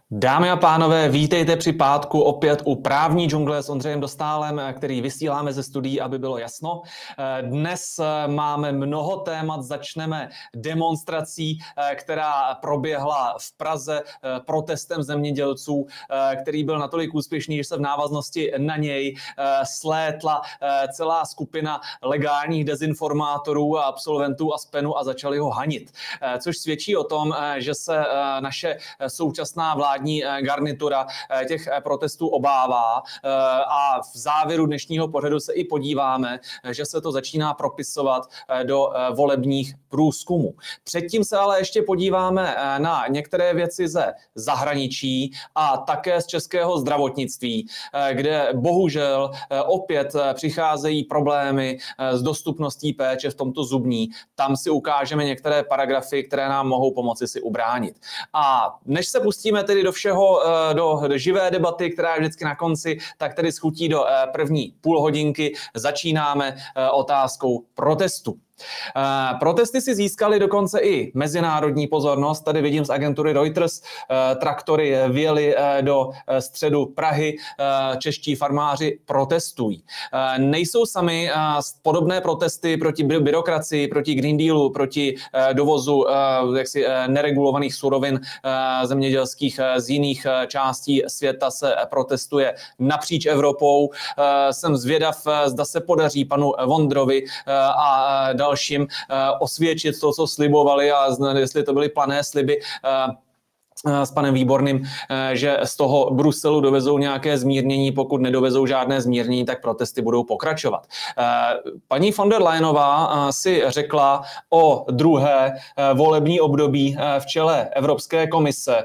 Dámy a pánové, vítejte při pátku opět u Právní džungle s Ondřejem Dostálem, který vysíláme ze studií, aby bylo jasno. Dnes máme mnoho témat, začneme demonstrací, která proběhla v Praze protestem zemědělců, který byl natolik úspěšný, že se v návaznosti na něj slétla celá skupina legálních dezinformátorů a absolventů Aspenu a začali ho hanit. Což svědčí o tom, že se naše současná vládní garnitura těch protestů obává a v závěru dnešního pořadu se i podíváme, že se to začíná propisovat do volebních průzkumů. Předtím se ale ještě podíváme na některé věci ze zahraničí a také z českého zdravotnictví, kde bohužel opět přicházejí problémy s dostupností péče, v tomto zubní. Tam si ukážeme některé paragrafy, které nám mohou pomoci si ubránit. A než se pustíme tedy do všeho, do živé debaty, která je vždycky na konci, tak tedy schutí do první půlhodinky začínáme otázkou protestu. Protesty si získaly dokonce i mezinárodní pozornost. Tady vidím z agentury Reuters, traktory vjely do středu Prahy, čeští farmáři protestují. Nejsou sami, podobné protesty proti byrokracii, proti Green Dealu, proti dovozu neregulovaných surovin zemědělských z jiných částí světa se protestuje napříč Evropou. Jsem zvědav, zda se podaří panu Vondrovi a dalším osvědčit to, co slibovali a jestli to byly plané sliby s panem Výborným, že z toho Bruselu dovezou nějaké zmírnění, pokud nedovezou žádné zmírnění, tak protesty budou pokračovat. Paní von der Leyenová si řekla o druhé volební období v čele Evropské komise.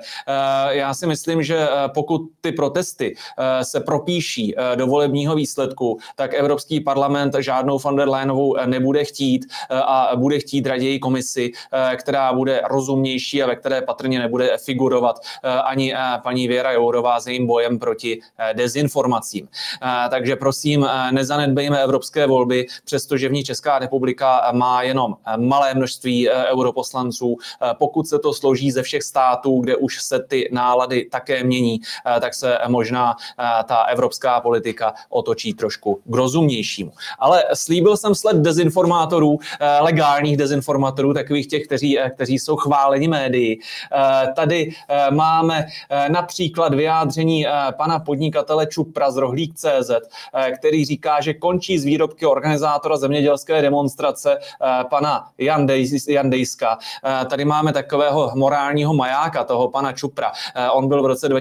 Já si myslím, že pokud ty protesty se propíší do volebního výsledku, tak Evropský parlament žádnou von der Leyenovou nebude chtít a bude chtít raději komisi, která bude rozumnější a ve které patrně nebude figurovat ani paní Věra Jourová s jejím bojem proti dezinformacím. Takže prosím, nezanedbejme evropské volby, přestože v ní Česká republika má jenom malé množství europoslanců. Pokud se to složí ze všech států, kde už se ty nálady také mění, tak se možná ta evropská politika otočí trošku k rozumnějšímu. Ale slíbil jsem sled dezinformátorů, legálních dezinformátorů, takových těch, kteří jsou chváleni médii. Tady máme například vyjádření pana podnikatele Čupra z Rohlík.cz, který říká, že končí z výrobky organizátora zemědělské demonstrace pana Jandejska. Tady máme takového morálního majáka, toho pana Čupra. On byl v roce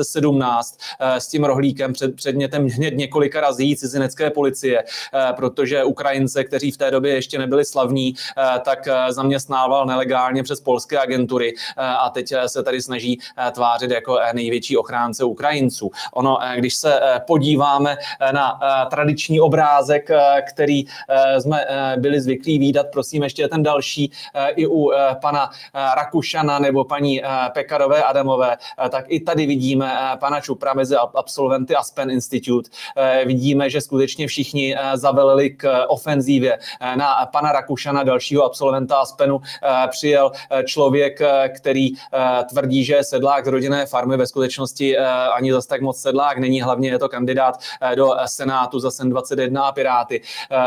2017 s tím rohlíkem předmětem hned několika razí cizinecké policie, protože Ukrajince, kteří v té době ještě nebyli slavní, tak zaměstnával nelegálně přes polské agentury a teď se tady snaží tvářit jako největší ochránce Ukrajinců. Ono, když se podíváme na tradiční obrázek, který jsme byli zvyklí vídat, prosím, ještě ten další, i u pana Rakušana nebo paní Pekarové Adamové, tak i tady vidíme pana Čupra mezi absolventy Aspen Institute. Vidíme, že skutečně všichni zaveleli k ofenzívě. Na pana Rakušana, dalšího absolventa Aspenu, přijel člověk, který tvrdí, že je sedlák z rodinné farmy, ve skutečnosti ani zas tak moc sedlák není, hlavně je to kandidát do Senátu za SEN 21 a Piráty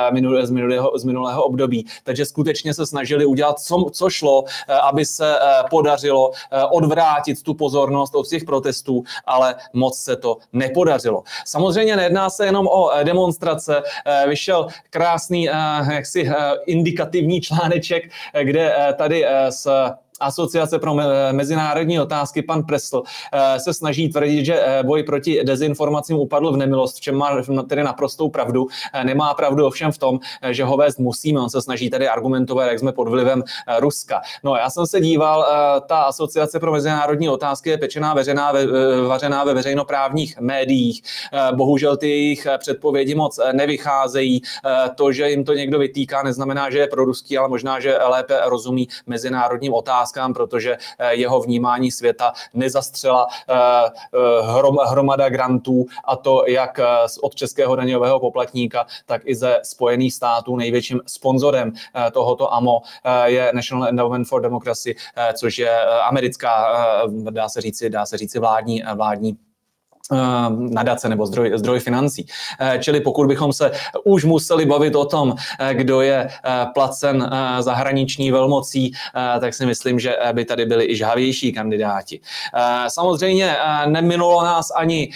z minulého období. Takže skutečně se snažili udělat, co šlo, aby se podařilo odvrátit tu pozornost od těch protestů, ale moc se to nepodařilo. Samozřejmě nejedná se jenom o demonstrace. Vyšel krásný indikativní článeček, kde tady s Asociace pro mezinárodní otázky, pan Pressl, se snaží tvrdit, že boj proti dezinformacím upadl v nemilost, v čem má tedy naprostou pravdu. Nemá pravdu ovšem v tom, že ho vést musíme. On se snaží tady argumentovat, jak jsme pod vlivem Ruska. No, já jsem se díval, ta Asociace pro mezinárodní otázky je pečená, vařená ve veřejnoprávních médiích. Bohužel ty jejich předpovědi moc nevycházejí. To, že jim to někdo vytýká, neznamená, že je proruský, ale možná, že lépe rozumí mezinárodním otázkám. otázkám, protože jeho vnímání světa nezastřela hromada grantů, a to jak od českého daňového poplatníka, tak i ze Spojených států. Největším sponzorem tohoto AMO je National Endowment for Democracy, což je americká, dá se říci vládní nadace nebo zdroj financí. Čili pokud bychom se už museli bavit o tom, kdo je placen zahraniční velmocí, tak si myslím, že by tady byli i žhavější kandidáti. Samozřejmě neminulo nás ani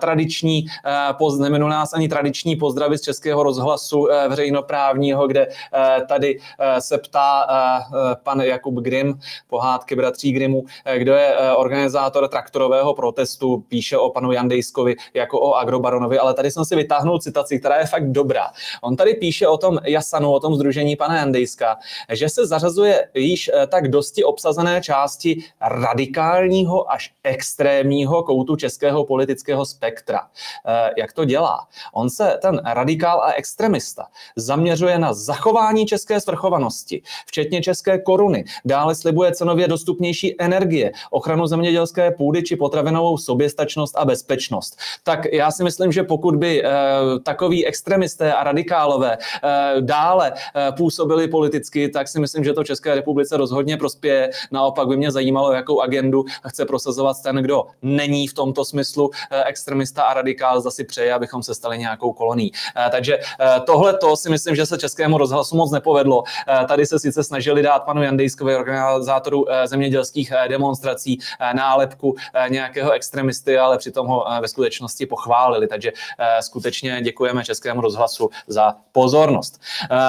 tradiční pozdravy z Českého rozhlasu veřejnoprávního, kde tady se ptá pan Jakub Grimm, pohádky bratří Grimmů, kdo je organizátor traktorového protestu, píše o panu Jandejskovi jako o agrobaronovi, ale tady jsem si vytáhnul citaci, která je fakt dobrá. On tady píše o tom Jasanu, o tom sdružení pana Jandejska, že se zařazuje již tak dosti obsazené části radikálního až extrémního koutu českého politického spektra. Jak to dělá? On se, ten radikál a extremista, zaměřuje na zachování české svrchovanosti, včetně české koruny, dále slibuje cenově dostupnější energie, ochranu zemědělské půdy či potravinovou soběstačnost a bezpečnost. Tak já si myslím, že pokud by takoví extremisté a radikálové dále působili politicky, tak si myslím, že to České republice rozhodně prospěje. Naopak by mě zajímalo, jakou agendu chce prosazovat ten, kdo není v tomto smyslu extremista a radikál, zda si přeje, abychom se stali nějakou kolonií. Takže tohleto si myslím, že se Českému rozhlasu moc nepovedlo. Tady se sice snažili dát panu Jandejskovi, organizátoru zemědělských demonstrací, nálepku nějakého extremisty, ale přitom ho ve skutečnosti pochválili. Takže skutečně děkujeme Českému rozhlasu za pozornost.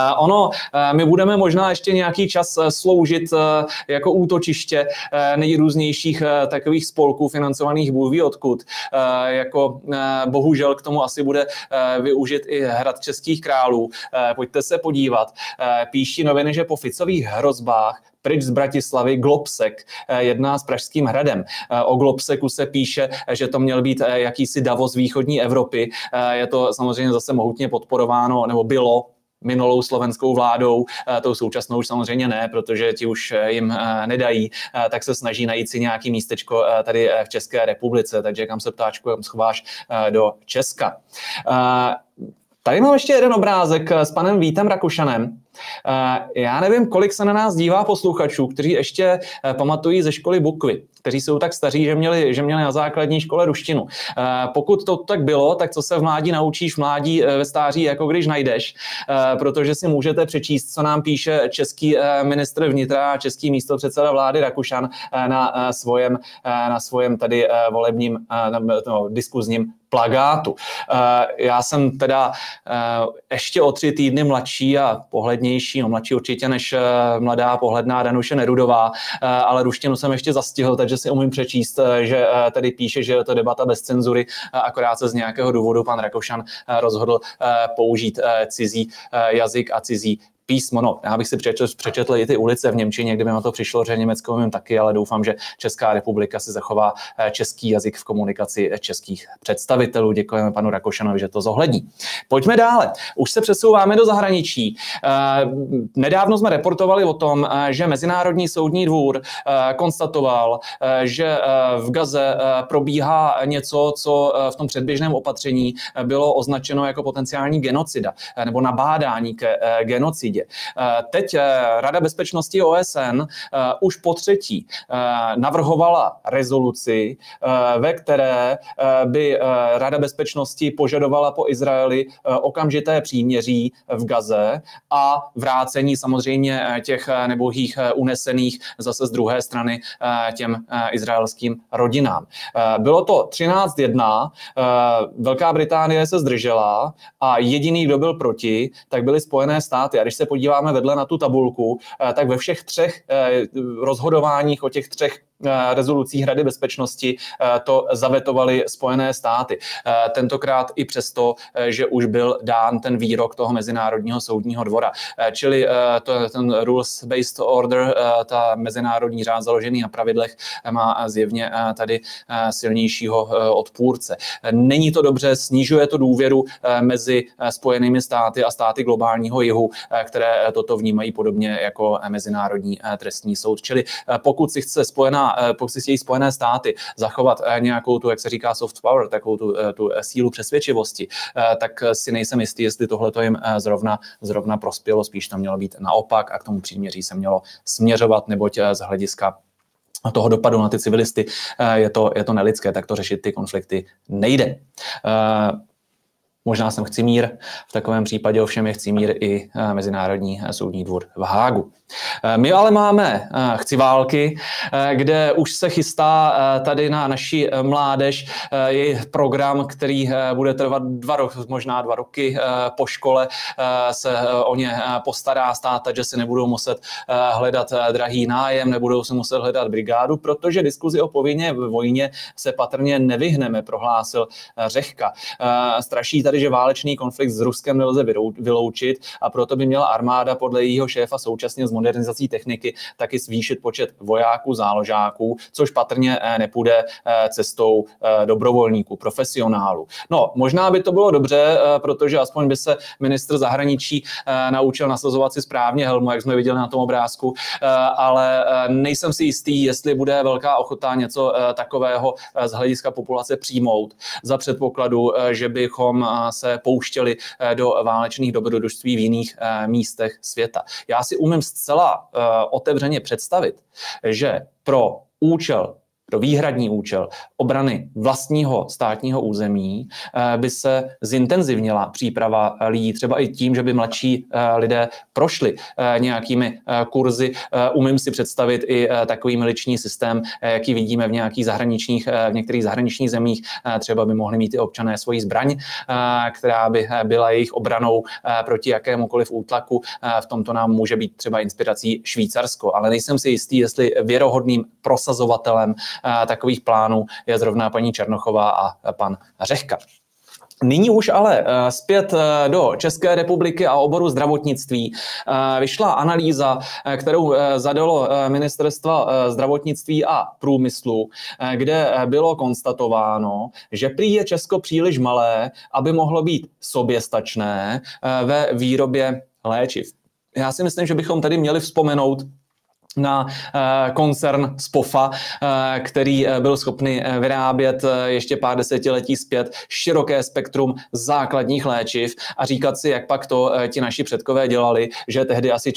My budeme možná ještě nějaký čas sloužit jako útočiště nejrůznějších takových spolků financovaných Bůh ví odkud. Jako bohužel k tomu asi bude využit i Hrad českých králů. Pojďte se podívat. Píší noviny, že po Ficových hrozbách pryč z Bratislavy Globsek jedná s Pražským hradem. O Globseku se píše, že to měl být jakýsi Davos východní Evropy. Je to samozřejmě zase mohutně podporováno, nebo bylo minulou slovenskou vládou, tou současnou už samozřejmě ne, protože ti už jim nedají, tak se snaží najít si nějaký místečko tady v České republice, takže kam se ptáčku schováš do Česka. Tady mám ještě jeden obrázek s panem Vítem Rakušanem. Já nevím, kolik se na nás dívá posluchačů, kteří ještě pamatují ze školy bukvy, kteří jsou tak staří, že měli na základní škole ruštinu. Pokud to tak bylo, tak co se v mládí naučíš, v mládí ve stáří, jako když najdeš, protože si můžete přečíst, co nám píše český ministr vnitra, český místopředseda vlády Rakušan na svém tady volebním diskuzním plagátu. Já jsem teda ještě o 3 týdny mladší a pohlednější, mladší určitě než mladá pohledná Danuše Nerudová, ale ruštinu jsem ještě zastihl, takže si umím přečíst, že tady píše, že je to debata bez cenzury, akorát se z nějakého důvodu pan Rakušan rozhodl použít cizí jazyk a cizí písmo. No, já bych si přečetl i ty ulice v němčině, kdyby na to přišlo, že německou umím taky, ale doufám, že Česká republika si zachová český jazyk v komunikaci českých představitelů. Děkujeme panu Rakušanovi, že to zohlední. Pojďme dále. Už se přesouváme do zahraničí. Nedávno jsme reportovali o tom, že Mezinárodní soudní dvůr konstatoval, že v Gaze probíhá něco, co v tom předběžném opatření bylo označeno jako potenciální genocida nebo nabádání ke genocidě. Teď Rada bezpečnosti OSN už po třetí navrhovala rezoluci, ve které by Rada bezpečnosti požadovala po Izraeli okamžité příměří v Gaze a vrácení samozřejmě těch nebohých unesených zase z druhé strany těm izraelským rodinám. Bylo to 13:1, Velká Británie se zdržela a jediný, kdo byl proti, tak byly Spojené státy. A když se podíváme vedle na tu tabulku, tak ve všech 3 rozhodováních o těch 3 rezolucích Rady bezpečnosti to zavetovaly Spojené státy. Tentokrát i přesto, že už byl dán ten výrok toho Mezinárodního soudního dvora. Čili ten rules-based order, ta mezinárodní řád založený na pravidlech, má zjevně tady silnějšího odpůrce. Není to dobře, snižuje to důvěru mezi Spojenými státy a státy globálního jihu, které toto vnímají podobně jako Mezinárodní trestní soud. Čili pokud si chtějí Spojené státy zachovat nějakou tu, jak se říká, soft power, takovou tu sílu přesvědčivosti, tak si nejsem jistý, jestli tohle to jim zrovna prospělo, spíš to mělo být naopak a k tomu příměří se mělo směřovat, neboť z hlediska toho dopadu na ty civilisty je to nelidské, tak to řešit ty konflikty nejde. Možná jsem chci mír, v takovém případě ovšem je chci mír i Mezinárodní soudní dvůr v Hágu. My ale máme chci války, kde už se chystá tady na naši mládež je program, který bude trvat možná 2 roky. Po škole se o ně postará stát, že si nebudou muset hledat drahý nájem, nebudou si muset hledat brigádu, protože diskuzi o povinné vojně se patrně nevyhneme, prohlásil Řehka. Straší tady, že válečný konflikt s Ruskem nelze vyloučit a proto by měla armáda podle jejího šéfa současně s modernizací techniky taky zvýšit počet vojáků, záložáků, což patrně nepůjde cestou dobrovolníků, profesionálů. No, možná by to bylo dobře, protože aspoň by se ministr zahraničí naučil nasazovat si správně helmu, jak jsme viděli na tom obrázku, ale nejsem si jistý, jestli bude velká ochota něco takového z hlediska populace přijmout za předpokladu, že bychom se pouštěli do válečných dobrodružství v jiných místech světa. Já si umím zcela otevřeně představit, že pro výhradní účel obrany vlastního státního území by se zintenzivnila příprava lidí, třeba i tím, že by mladší lidé prošli nějakými kurzy. Umím si představit i takový miliční systém, jaký vidíme v některých zahraničních zemích. Třeba by mohli mít i občané svoji zbraň, která by byla jejich obranou proti jakémukoliv útlaku. V tomto nám může být třeba inspirací Švýcarsko, ale nejsem si jistý, jestli věrohodným prosazovatelem takových plánů je zrovna paní Černochová a pan Řehka. Nyní už ale zpět do České republiky a oboru zdravotnictví. Vyšla analýza, kterou zadalo Ministerstvo zdravotnictví a průmyslu, kde bylo konstatováno, že prý je Česko příliš malé, aby mohlo být soběstačné ve výrobě léčiv. Já si myslím, že bychom tady měli vzpomenout na koncern Spofa, který byl schopný vyrábět ještě pár desetiletí zpět široké spektrum základních léčiv a říkat si, jak pak to ti naši předkové dělali, že tehdy asi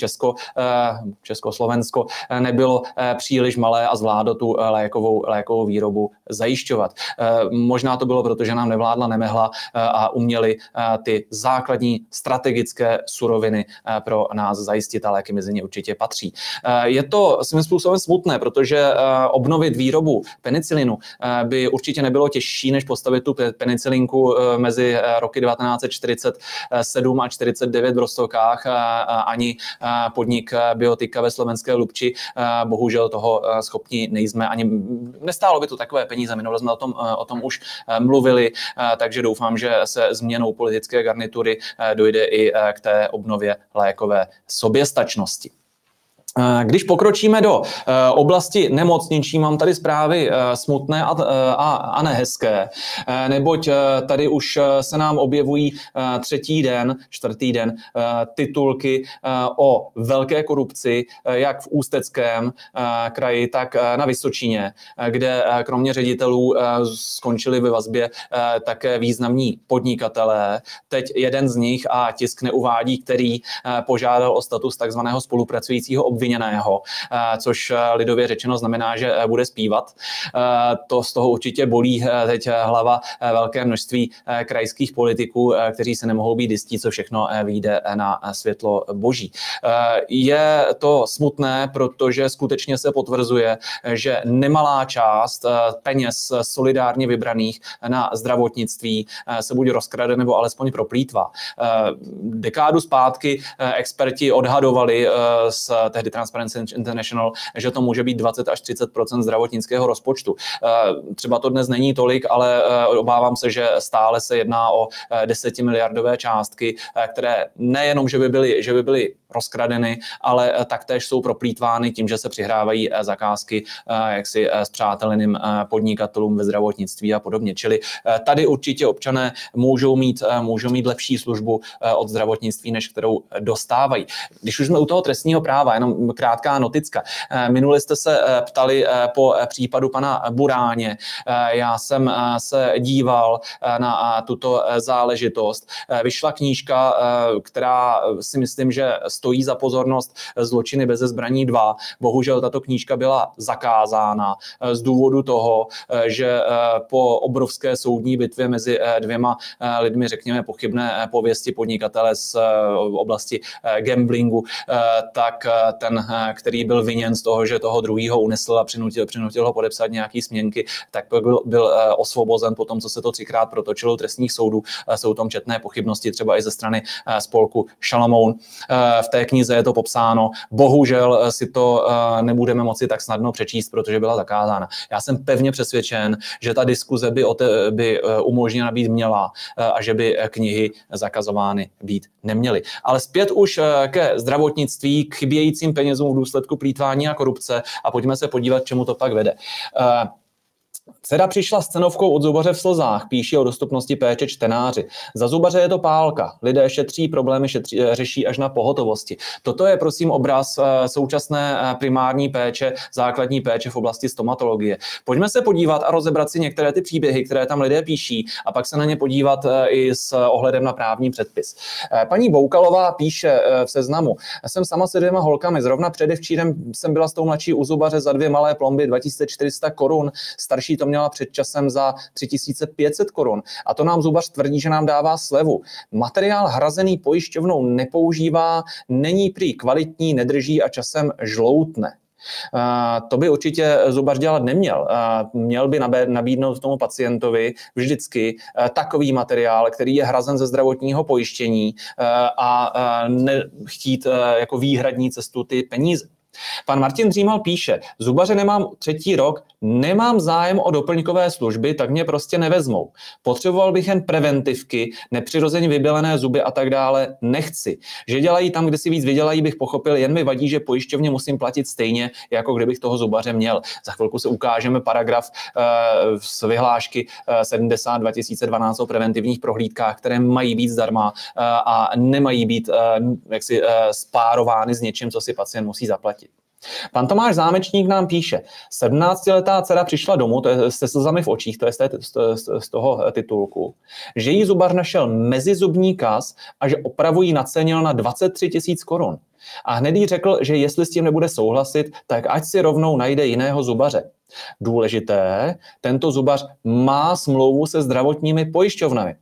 Československo nebylo příliš malé a zvládlo tu lékovou výrobu zajišťovat. Možná to bylo, protože nám nevládla nemehla a uměli ty základní strategické suroviny pro nás zajistit a léky mezi ně určitě patří. Je to svým způsobem smutné, protože obnovit výrobu penicilinu by určitě nebylo těžší, než postavit tu penicilinku mezi roky 1947 a 1949 v Roztokách. Ani podnik Biotika ve slovenské Lubči bohužel toho schopni nejsme. Ani nestálo by to takové peníze, minule jsme o tom už mluvili, takže doufám, že se změnou politické garnitury dojde i k té obnově lékové soběstačnosti. Když pokročíme do oblasti nemocniční, mám tady zprávy smutné a nehezké, neboť tady už se nám objevují čtvrtý den titulky o velké korupci, jak v Ústeckém kraji, tak na Vysočině, kde kromě ředitelů skončili ve vazbě také významní podnikatelé. Teď jeden z nich, a tisk neuvádí, který, požádal o status takzvaného spolupracujícího obviněného, což lidově řečeno znamená, že bude zpívat. To z toho určitě bolí teď hlava velké množství krajských politiků, kteří se nemohou být jistí, co všechno vyjde na světlo boží. Je to smutné, protože skutečně se potvrzuje, že nemalá část peněz solidárně vybraných na zdravotnictví se buď rozkrade, nebo alespoň proplýtvá. Dekádu zpátky experti odhadovali tehdy Transparency International, že to může být 20 až 30% zdravotnického rozpočtu. Třeba to dnes není tolik, ale obávám se, že stále se jedná o 10miliardové částky, které nejenom, že by byly rozkradeny, ale taktéž jsou proplýtvány tím, že se přihrávají zakázky jaksi s přáteleným podnikatelům ve zdravotnictví a podobně. Čili tady určitě občané můžou mít lepší službu od zdravotnictví, než kterou dostávají. Když už jsme u toho trestního práva, jenom krátká noticka. Minule jste se ptali po případu pana Buráně. Já jsem se díval na tuto záležitost. Vyšla knížka, která si myslím, že stojí za pozornost, Zločiny beze zbraní 2. Bohužel tato knížka byla zakázána z důvodu toho, že po obrovské soudní bitvě mezi dvěma lidmi, řekněme pochybné pověsti podnikatele z oblasti gamblingu, tak ten, který byl viněn z toho, že toho druhýho unesl a přinutil ho podepsat nějaký směnky, tak byl osvobozen po tom, co se to 3krát protočilo u trestních soudů. Jsou tam četné pochybnosti třeba i ze strany spolku Šalamoun. V té knize je to popsáno. Bohužel si to nebudeme moci tak snadno přečíst, protože byla zakázána. Já jsem pevně přesvědčen, že ta diskuze by umožněna být měla a že by knihy zakazovány být neměly. Ale zpět už ke zdravotnictví, k chybějícím penězům v důsledku plýtvání a korupce a pojďme se podívat, čemu to pak vede. Dcera přišla s cenovkou od zubaře v slzách, píší o dostupnosti péče čtenáři. Za zubaře je to pálka. Lidé šetří, problémy řeší až na pohotovosti. Toto je, prosím, obraz současné primární péče, základní péče v oblasti stomatologie. Pojďme se podívat a rozebrat si některé ty příběhy, které tam lidé píší, a pak se na ně podívat i s ohledem na právní předpis. Paní Boukalová píše v Seznamu: jsem sama se 2 holkami, zrovna předevčírem jsem byla s tou mladší u zubaře za 2 malé plomby 2400 korun, starší to měla před časem za 3500 korun. A to nám zubař tvrdí, že nám dává slevu. Materiál hrazený pojišťovnou nepoužívá, není prý kvalitní, nedrží a časem žloutne. To by určitě zubař dělat neměl. Měl by nabídnout tomu pacientovi vždycky takový materiál, který je hrazen ze zdravotního pojištění, a chtít jako výhradní cestu ty peníze. Pan Martin Dřímal píše: zubaře nemám 3. rok, nemám zájem o doplňkové služby, tak mě prostě nevezmou. Potřeboval bych jen preventivky, nepřirozeně vybělené zuby a tak dále, nechci. Že dělají tam, kde si víc vydělají, bych pochopil, jen mi vadí, že pojišťovně musím platit stejně, jako kdybych toho zubaře měl. Za chvilku se ukážeme paragraf z vyhlášky 70 2012 o preventivních prohlídkách, které mají být zdarma a nemají být jaksi spárovány s něčím, co si pacient musí zaplatit. Pan Tomáš Zámečník nám píše: 17letá dcera přišla domů, to je se slzami v očích, to je z toho titulku, že jí zubař našel mezizubní kas a že opravu jí nacenil na 23 000 korun. A hned jí řekl, že jestli s tím nebude souhlasit, tak ať si rovnou najde jiného zubaře. Důležité, tento zubař má smlouvu se zdravotními pojišťovnami.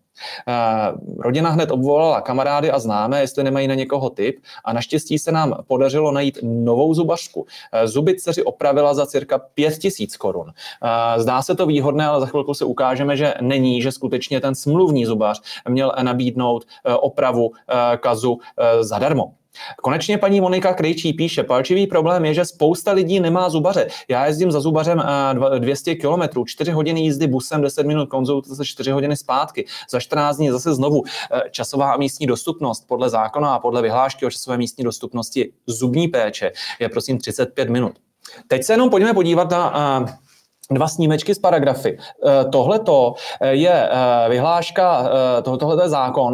Rodina hned obvolala kamarády a známé, jestli nemají na někoho tip, a naštěstí se nám podařilo najít novou zubařku. Zuby dceři opravila za cirka 5 000 korun. Zdá se to výhodné, ale za chvilku se ukážeme, že není, že skutečně ten smluvní zubař měl nabídnout opravu kazu zadarmo. Konečně paní Monika Krejčí píše: palčivý problém je, že spousta lidí nemá zubaře. Já jezdím za zubařem 200 km, 4 hodiny jízdy busem, 10 minut konzultace, 4 hodiny zpátky. Za 14 dní zase znovu. Časová a místní dostupnost podle zákona a podle vyhlášky o časové místní dostupnosti zubní péče je prosím 35 minut. Teď se jenom pojďme podívat na 2 snímečky z paragrafy. Tohleto je vyhláška, tohleto je zákon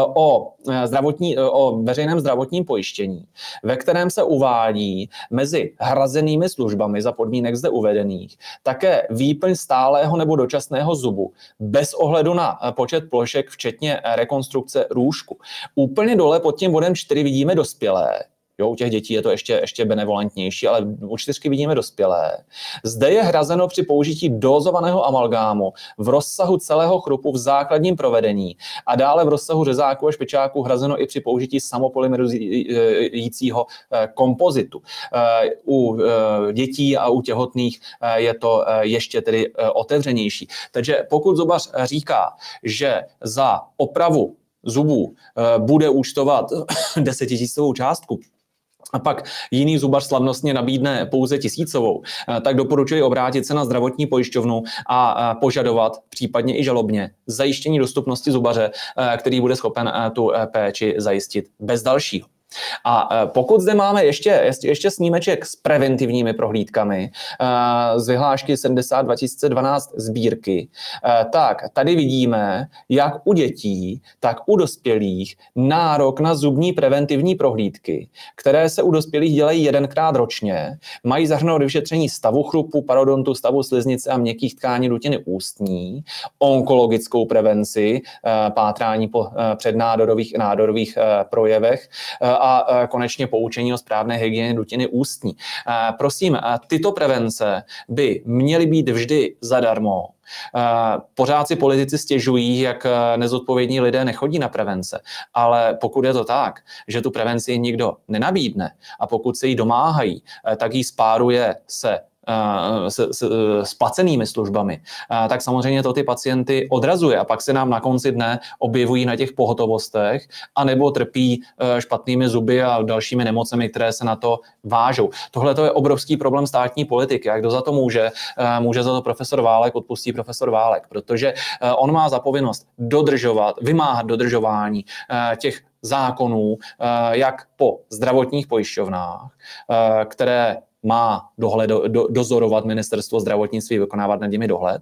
o veřejném zdravotním pojištění, ve kterém se uvádí mezi hrazenými službami za podmínek zde uvedených také výplň stálého nebo dočasného zubu bez ohledu na počet plošek, včetně rekonstrukce růžku. Úplně dole pod tím bodem 4 vidíme dospělé. Jo, u těch dětí je to ještě benevolentnější, ale u 4 vidíme dospělé. Zde je hrazeno při použití dózovaného amalgámu v rozsahu celého chrupu v základním provedení a dále v rozsahu řezáku a špičáku hrazeno i při použití samopolymerujícího kompozitu. U dětí a u těhotných je to ještě tedy otevřenější. Takže pokud zubař říká, že za opravu zubů bude účtovat 10 000 částku, a pak jiný zubař slavnostně nabídne pouze 1000, tak doporučuji obrátit se na zdravotní pojišťovnu a požadovat případně i žalobně zajištění dostupnosti zubaře, který bude schopen tu péči zajistit bez dalšího. A pokud zde máme ještě snímeček s preventivními prohlídkami z vyhlášky 70 2012 sbírky, tak tady vidíme, jak u dětí, tak u dospělých nárok na zubní preventivní prohlídky, které se u dospělých dělají 1krát ročně, mají zahrnout vyšetření stavu chrupu, parodontu, stavu sliznice a měkkých tkání dutiny ústní, onkologickou prevenci, pátrání po nádorových projevech, a konečně poučení o správné hygieně dutiny ústní. Prosím, tyto prevence by měly být vždy zadarmo. Pořád si politici stěžují, jak nezodpovědní lidé nechodí na prevence, ale pokud je to tak, že tu prevenci nikdo nenabídne a pokud se jí domáhají, tak jí spáruje s placenými službami, tak samozřejmě to ty pacienty odrazuje a pak se nám na konci dne objevují na těch pohotovostech anebo trpí špatnými zuby a dalšími nemocemi, které se na to vážou. Tohle to je obrovský problém státní politiky. A kdo za to může? Může za to profesor Válek, odpustí profesor Válek, protože on má za povinnost vymáhat dodržování těch zákonů, jak po zdravotních pojišťovnách, které má dozorovat ministerstvo zdravotnictví, vykonávat nad nimi dohled,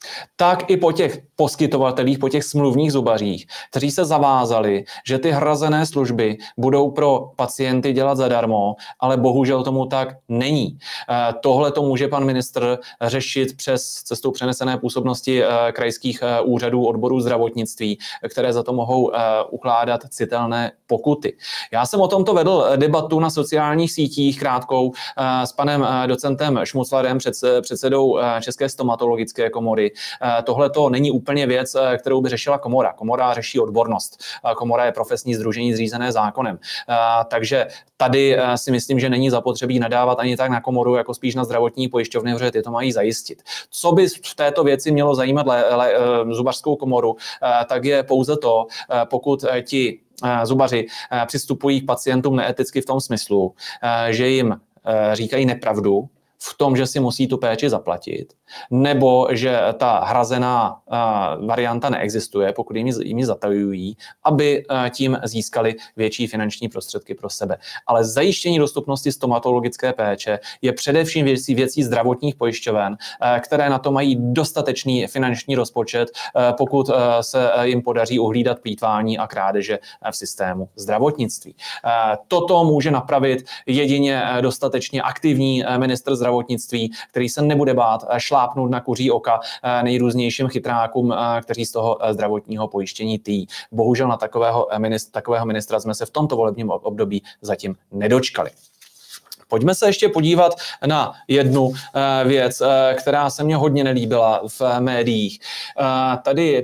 tak i po těch poskytovatelích, po těch smluvních zubařích, kteří se zavázali, že ty hrazené služby budou pro pacienty dělat zadarmo, ale bohužel tomu tak není. Tohle to může pan ministr řešit přes cestou přenesené působnosti krajských úřadů odborů zdravotnictví, které za to mohou ukládat citelné pokuty. Já jsem o tomto vedl debatu na sociálních sítích krátkou s panem docentem Šmuclarem, předsedou České stomatologické komory. Tohle to není úplně věc, kterou by řešila komora. Komora řeší odbornost. Komora je profesní sdružení zřízené zákonem. Takže tady si myslím, že není zapotřebí nadávat ani tak na komoru, jako spíš na zdravotní pojišťovny, protože ty to mají zajistit. Co by v této věci mělo zajímat zubařskou komoru, tak je pouze to, pokud ti zubaři přistupují k pacientům neeticky v tom smyslu, že jim říkají nepravdu v tom, že si musí tu péči zaplatit, nebo že ta hrazená varianta neexistuje, pokud jim zatajují, aby tím získali větší finanční prostředky pro sebe. Ale zajištění dostupnosti stomatologické péče je především věcí zdravotních pojišťoven, které na to mají dostatečný finanční rozpočet, pokud se jim podaří uhlídat plýtvání a krádeže v systému zdravotnictví. Toto může napravit jedině dostatečně aktivní ministr zdravotnictví, který se nebude bát šlápnout na kuří oka nejrůznějším chytrákům, kteří z toho zdravotního pojištění tyjí. Bohužel na takového ministra jsme se v tomto volebním období zatím nedočkali. Pojďme se ještě podívat na jednu věc, která se mně hodně nelíbila v médiích. Tady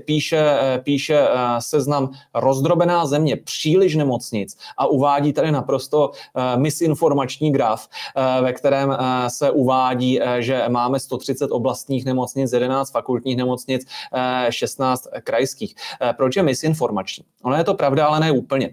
píše Seznam rozdrobená země, příliš nemocnic a uvádí tady naprosto misinformační graf, ve kterém se uvádí, že máme 130 oblastních nemocnic, 11 fakultních nemocnic, 16 krajských. Proč je misinformační? Ono je to pravda, ale ne úplně.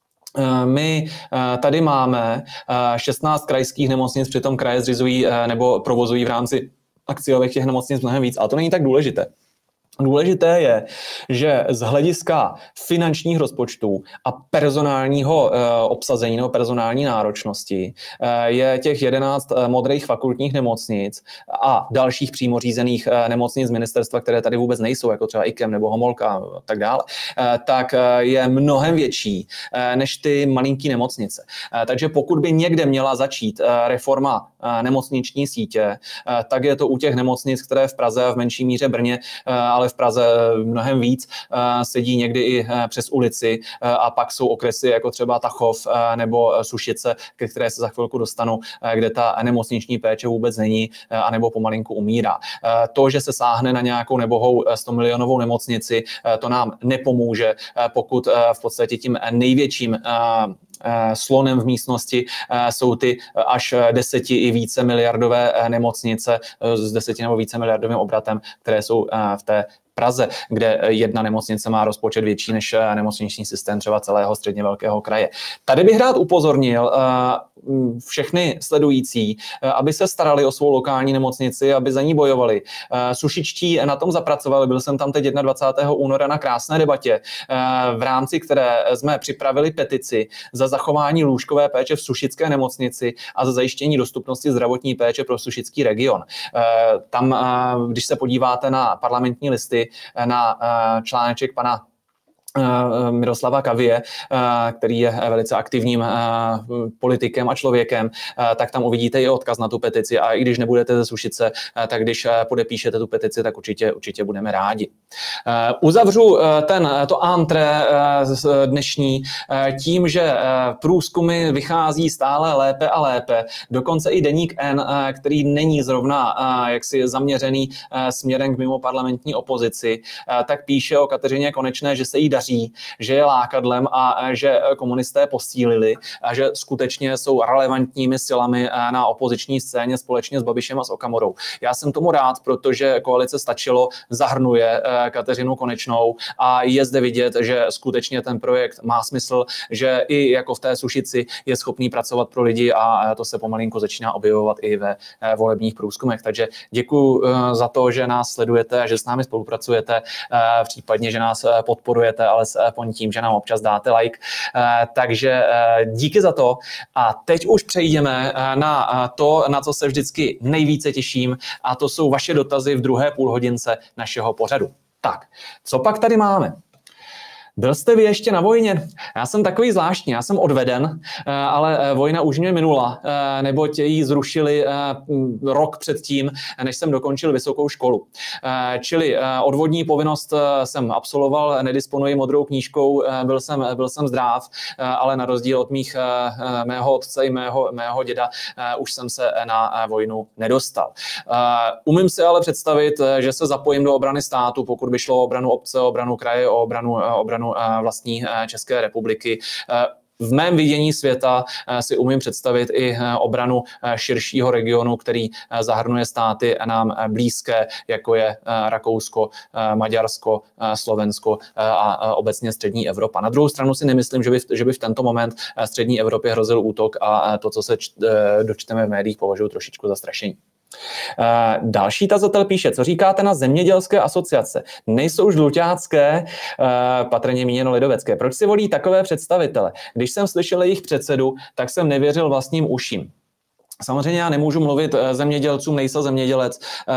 My tady máme 16 krajských nemocnic, přitom kraje zřizují nebo provozují v rámci akciových těch nemocnic mnohem víc, ale to není tak důležité. Důležité je, že z hlediska finančních rozpočtů a personálního obsazení nebo personální náročnosti je těch 11 modrých fakultních nemocnic a dalších přímo řízených nemocnic z ministerstva, které tady vůbec nejsou, jako třeba IKEM nebo Homolka a tak dále, tak je mnohem větší než ty malinký nemocnice. Takže pokud by někde měla začít reforma nemocniční sítě, tak je to u těch nemocnic, které v Praze a v menší míře Brně, ale v Praze mnohem víc, sedí někdy i přes ulici a pak jsou okresy jako třeba Tachov nebo Sušice, ke které se za chvilku dostanu, kde ta nemocniční péče vůbec není anebo pomalinku umírá. To, že se sáhne na nějakou nebohou 100milionovou nemocnici, to nám nepomůže, pokud v podstatě tím největším slonem v místnosti jsou ty až 10 i více miliardové nemocnice s 10 nebo více miliardovým obratem, které jsou v té Praze, kde jedna nemocnice má rozpočet větší než nemocniční systém třeba celého středně velkého kraje. Tady bych rád upozornil všechny sledující, aby se starali o svou lokální nemocnici, aby za ní bojovali. Sušičtí na tom zapracovali, byl jsem tam teď 21. února na krásné debatě, v rámci které jsme připravili petici za zachování lůžkové péče v sušické nemocnici a za zajištění dostupnosti zdravotní péče pro sušický region. Tam, když se podíváte na parlamentní listy, na článeček pana Miroslava Kavie, který je velice aktivním politikem a člověkem, tak tam uvidíte i odkaz na tu petici a i když nebudete ze Sušice, tak když podepíšete tu petici, tak určitě budeme rádi. Uzavřu to antré dnešní tím, že průzkumy vychází stále lépe a lépe. Dokonce i deník N, který není zrovna jaksi zaměřený směrem k mimoparlamentní opozici, tak píše o Kateřině Konečné, že se jí daří, že je lákadlem a že komunisté posílili a že skutečně jsou relevantními silami na opoziční scéně společně s Babišem a s Okamurou. Já jsem tomu rád, protože koalice Stačilo zahrnuje Kateřinu Konečnou a je zde vidět, že skutečně ten projekt má smysl, že i jako v té Sušici je schopný pracovat pro lidi a to se pomalinku začíná objevovat i ve volebních průzkumech. Takže děkuji za to, že nás sledujete a že s námi spolupracujete, případně, že nás podporujete, ale alespoň tím, že nám občas dáte like. Takže díky za to. A teď už přejdeme na to, na co se vždycky nejvíce těším, a to jsou vaše dotazy v druhé půlhodince našeho pořadu. Tak, co pak tady máme? Byl jste vy ještě na vojně? Já jsem takový zvláštní, já jsem odveden, ale vojna už mě minula, neboť ji zrušili rok předtím, než jsem dokončil vysokou školu. Čili odvodní povinnost jsem absolvoval, nedisponuji modrou knížkou, byl jsem zdrav, ale na rozdíl od mého otce i mého děda už jsem se na vojnu nedostal. Umím si ale představit, že se zapojím do obrany státu, pokud by šlo o obranu obce, o obranu kraje, o obranu vlastní České republiky. V mém vidění světa si umím představit i obranu širšího regionu, který zahrnuje státy nám blízké, jako je Rakousko, Maďarsko, Slovensko a obecně střední Evropa. Na druhou stranu si nemyslím, že by v tento moment střední Evropě hrozil útok a to, co se dočteme v médiích, považuji trošičku za strašení. Další tazatel píše, co říkáte na zemědělské asociace? Nejsou žluťácké, patrně míněno lidovecké. Proč si volí takové představitele? Když jsem slyšel jejich předsedu, tak jsem nevěřil vlastním uším. Samozřejmě já nemůžu mluvit zemědělcům, nejsem zemědělec,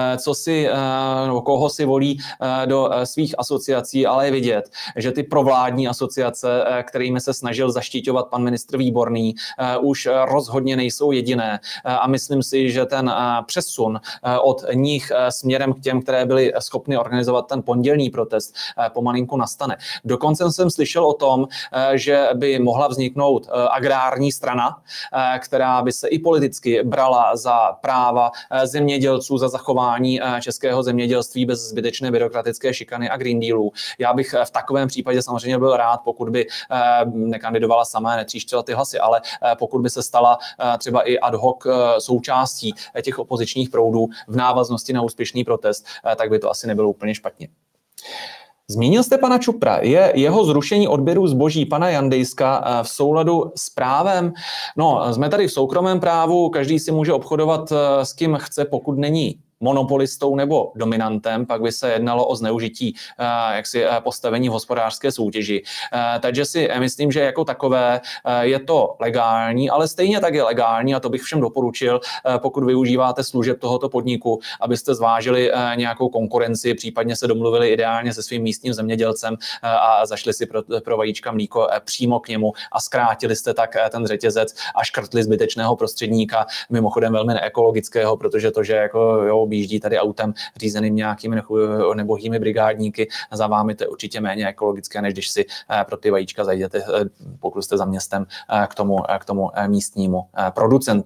koho si volí do svých asociací, ale je vidět, že ty provládní asociace, kterými se snažil zaštiťovat pan ministr Výborný, už rozhodně nejsou jediné. A myslím si, že ten přesun od nich směrem k těm, které byly schopny organizovat ten pondělní protest, pomalinku nastane. Dokonce jsem slyšel o tom, že by mohla vzniknout agrární strana, která by se i politicky brala za práva zemědělců, za zachování českého zemědělství bez zbytečné byrokratické šikany a Green Dealu. Já bych v takovém případě samozřejmě byl rád, pokud by nekandidovala sama, netříštila ty hlasy, ale pokud by se stala třeba i ad hoc součástí těch opozičních proudů v návaznosti na úspěšný protest, tak by to asi nebylo úplně špatně. Zmínil jste pana Čupra. Je jeho zrušení odběru zboží pana Jandejska v souladu s právem? No, jsme tady v soukromém právu, každý si může obchodovat s kým chce, pokud není monopolistou nebo dominantem, pak by se jednalo o zneužití postavení v hospodářské soutěži. Takže si myslím, že jako takové je to legální, ale stejně tak je legální, a to bych všem doporučil, pokud využíváte služeb tohoto podniku, abyste zvážili nějakou konkurenci, případně se domluvili ideálně se svým místním zemědělcem a zašli si pro vajíčka mlíko přímo k němu a zkrátili jste tak ten řetězec a škrtli zbytečného prostředníka, mimochodem velmi neekologického, protože to, že objíždí tady autem řízeným nějakými nebohými brigádníky, za vámi to je určitě méně ekologické, než když si pro ty vajíčka zajdete, pokud jste za městem, k tomu místnímu producentovi.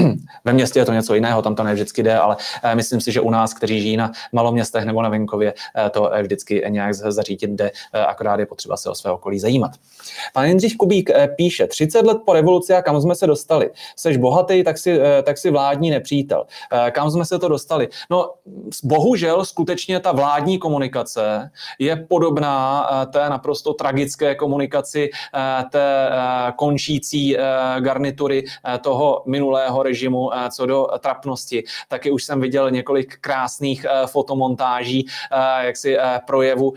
Ve městě je to něco jiného, tam to ne vždycky jde, ale myslím si, že u nás, kteří žijí na maloměstech nebo na venkově, to vždycky nějak zařídit jde, akorát je potřeba se o své okolí zajímat. Pan Jindřich Kubík píše, 30 let po revoluci a kam jsme se dostali? Seš bohatý, tak si vládní nepřítel. Kam jsme se to dostali? No, bohužel skutečně ta vládní komunikace je podobná té naprosto tragické komunikaci té končící garnitury toho minulého režimu co do trapnosti. Taky už jsem viděl několik krásných fotomontáží, jaksi projevu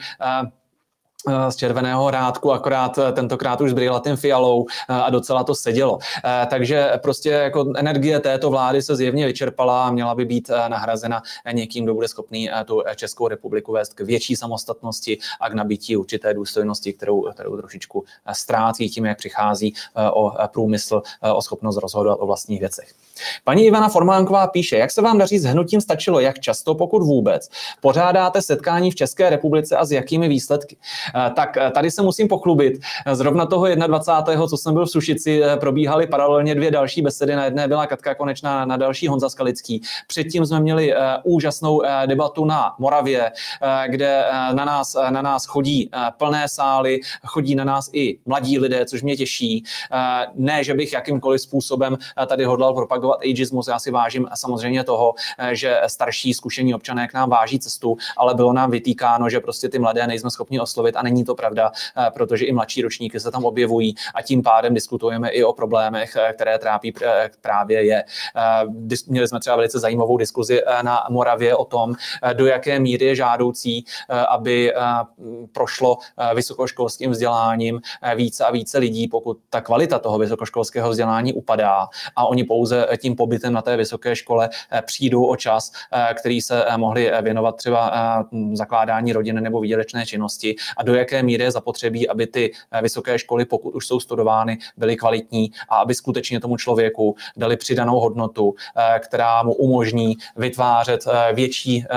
z Červeného Hrádku, akorát tentokrát už s brýlatým fialou a docela to sedělo. Takže prostě jako energie této vlády se zjevně vyčerpala a měla by být nahrazena někým, kdo bude schopný tu Českou republiku vést k větší samostatnosti a k nabití určité důstojnosti, kterou trošičku ztrácí tím, jak přichází o průmysl, o schopnost rozhodovat o vlastních věcech. Paní Ivana Formánková píše, jak se vám daří s hnutím Stačilo, jak často, pokud vůbec, pořádáte setkání v České republice a s jakými výsledky? Tak tady se musím pochlubit. Zrovna toho 21., co jsem byl v Sušici, probíhaly paralelně 2 další besedy. Na jedné byla Katka Konečná, na další Honza Skalický. Předtím jsme měli úžasnou debatu na Moravě, kde na nás chodí plné sály, chodí na nás i mladí lidé, což mě těší. Ne, že bych jakýmkoliv způsobem tady hodlal propagovat ageismus. Já si vážím samozřejmě toho, že starší zkušení občané k nám váží cestu, ale bylo nám vytýkáno, že prostě ty mladé nejsme schopni oslovit a není to pravda, protože i mladší ročníky se tam objevují a tím pádem diskutujeme i o problémech, které trápí právě je. Měli jsme třeba velice zajímavou diskuzi na Moravě o tom, do jaké míry je žádoucí, aby prošlo vysokoškolským vzděláním více a více lidí, pokud ta kvalita toho vysokoškolského vzdělání upadá a oni pouze tím pobytem na té vysoké škole přijdou o čas, který se mohli věnovat třeba zakládání rodiny nebo výdělečné činnosti a do jaké míry je zapotřebí, aby ty vysoké školy, pokud už jsou studovány, byly kvalitní a aby skutečně tomu člověku dali přidanou hodnotu, která mu umožní vytvářet větší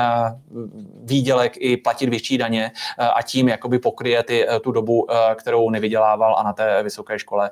výdělek i platit větší daně a tím jakoby pokryje tu dobu, kterou nevydělával a na té vysoké škole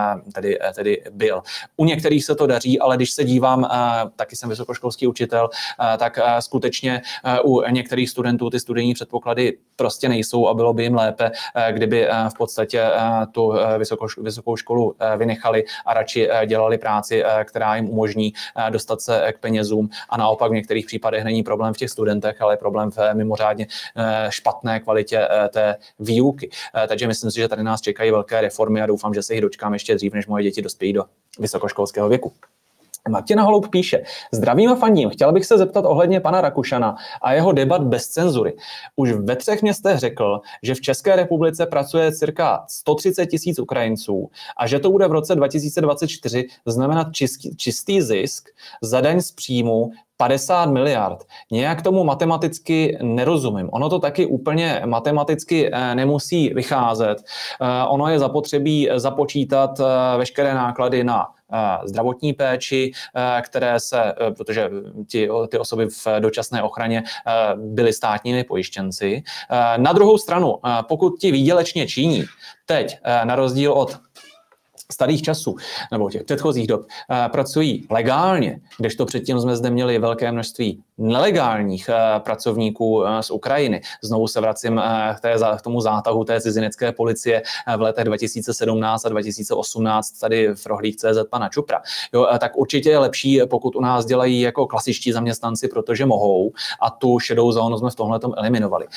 tedy byl. U některých se to daří, ale když se dívám, taky jsem vysokoškolský učitel, tak skutečně u některých studentů ty studijní předpoklady prostě nejsou a bylo by jim lépe, kdyby v podstatě tu vysokou školu vynechali a radši dělali práci, která jim umožní dostat se k penězům a naopak v některých případech není problém v těch studentech, ale problém v mimořádně špatné kvalitě té výuky. Takže myslím si, že tady nás čekají velké reformy a doufám, že se jich dočkám ještě dřív, než moje děti dospějí do vysokoškolského věku. Martina Holoub píše, zdravím a fandím, chtěl bych se zeptat ohledně pana Rakušana a jeho debat bez cenzury. Už ve 3 městech řekl, že v České republice pracuje cirka 130 000 Ukrajinců a že to bude v roce 2024 znamenat čistý zisk za daň z příjmu 50 miliard. Nějak tomu matematicky nerozumím. Ono to taky úplně matematicky nemusí vycházet. Ono je zapotřebí započítat veškeré náklady na zdravotní péči, které protože ty osoby v dočasné ochraně byly státními pojištěnci. Na druhou stranu, pokud ti výdělečně činí teď, na rozdíl od starých časů nebo těch předchozích dob pracují legálně, kdežto předtím jsme zde měli velké množství nelegálních pracovníků z Ukrajiny. Znovu se vracím k tomu zátahu té cizinecké policie v letech 2017 a 2018 tady v rohlík.cz pana Čupra. Jo, tak určitě je lepší, pokud u nás dělají jako klasičtí zaměstnanci, protože mohou a tu šedou zónu jsme v tomhletom eliminovali.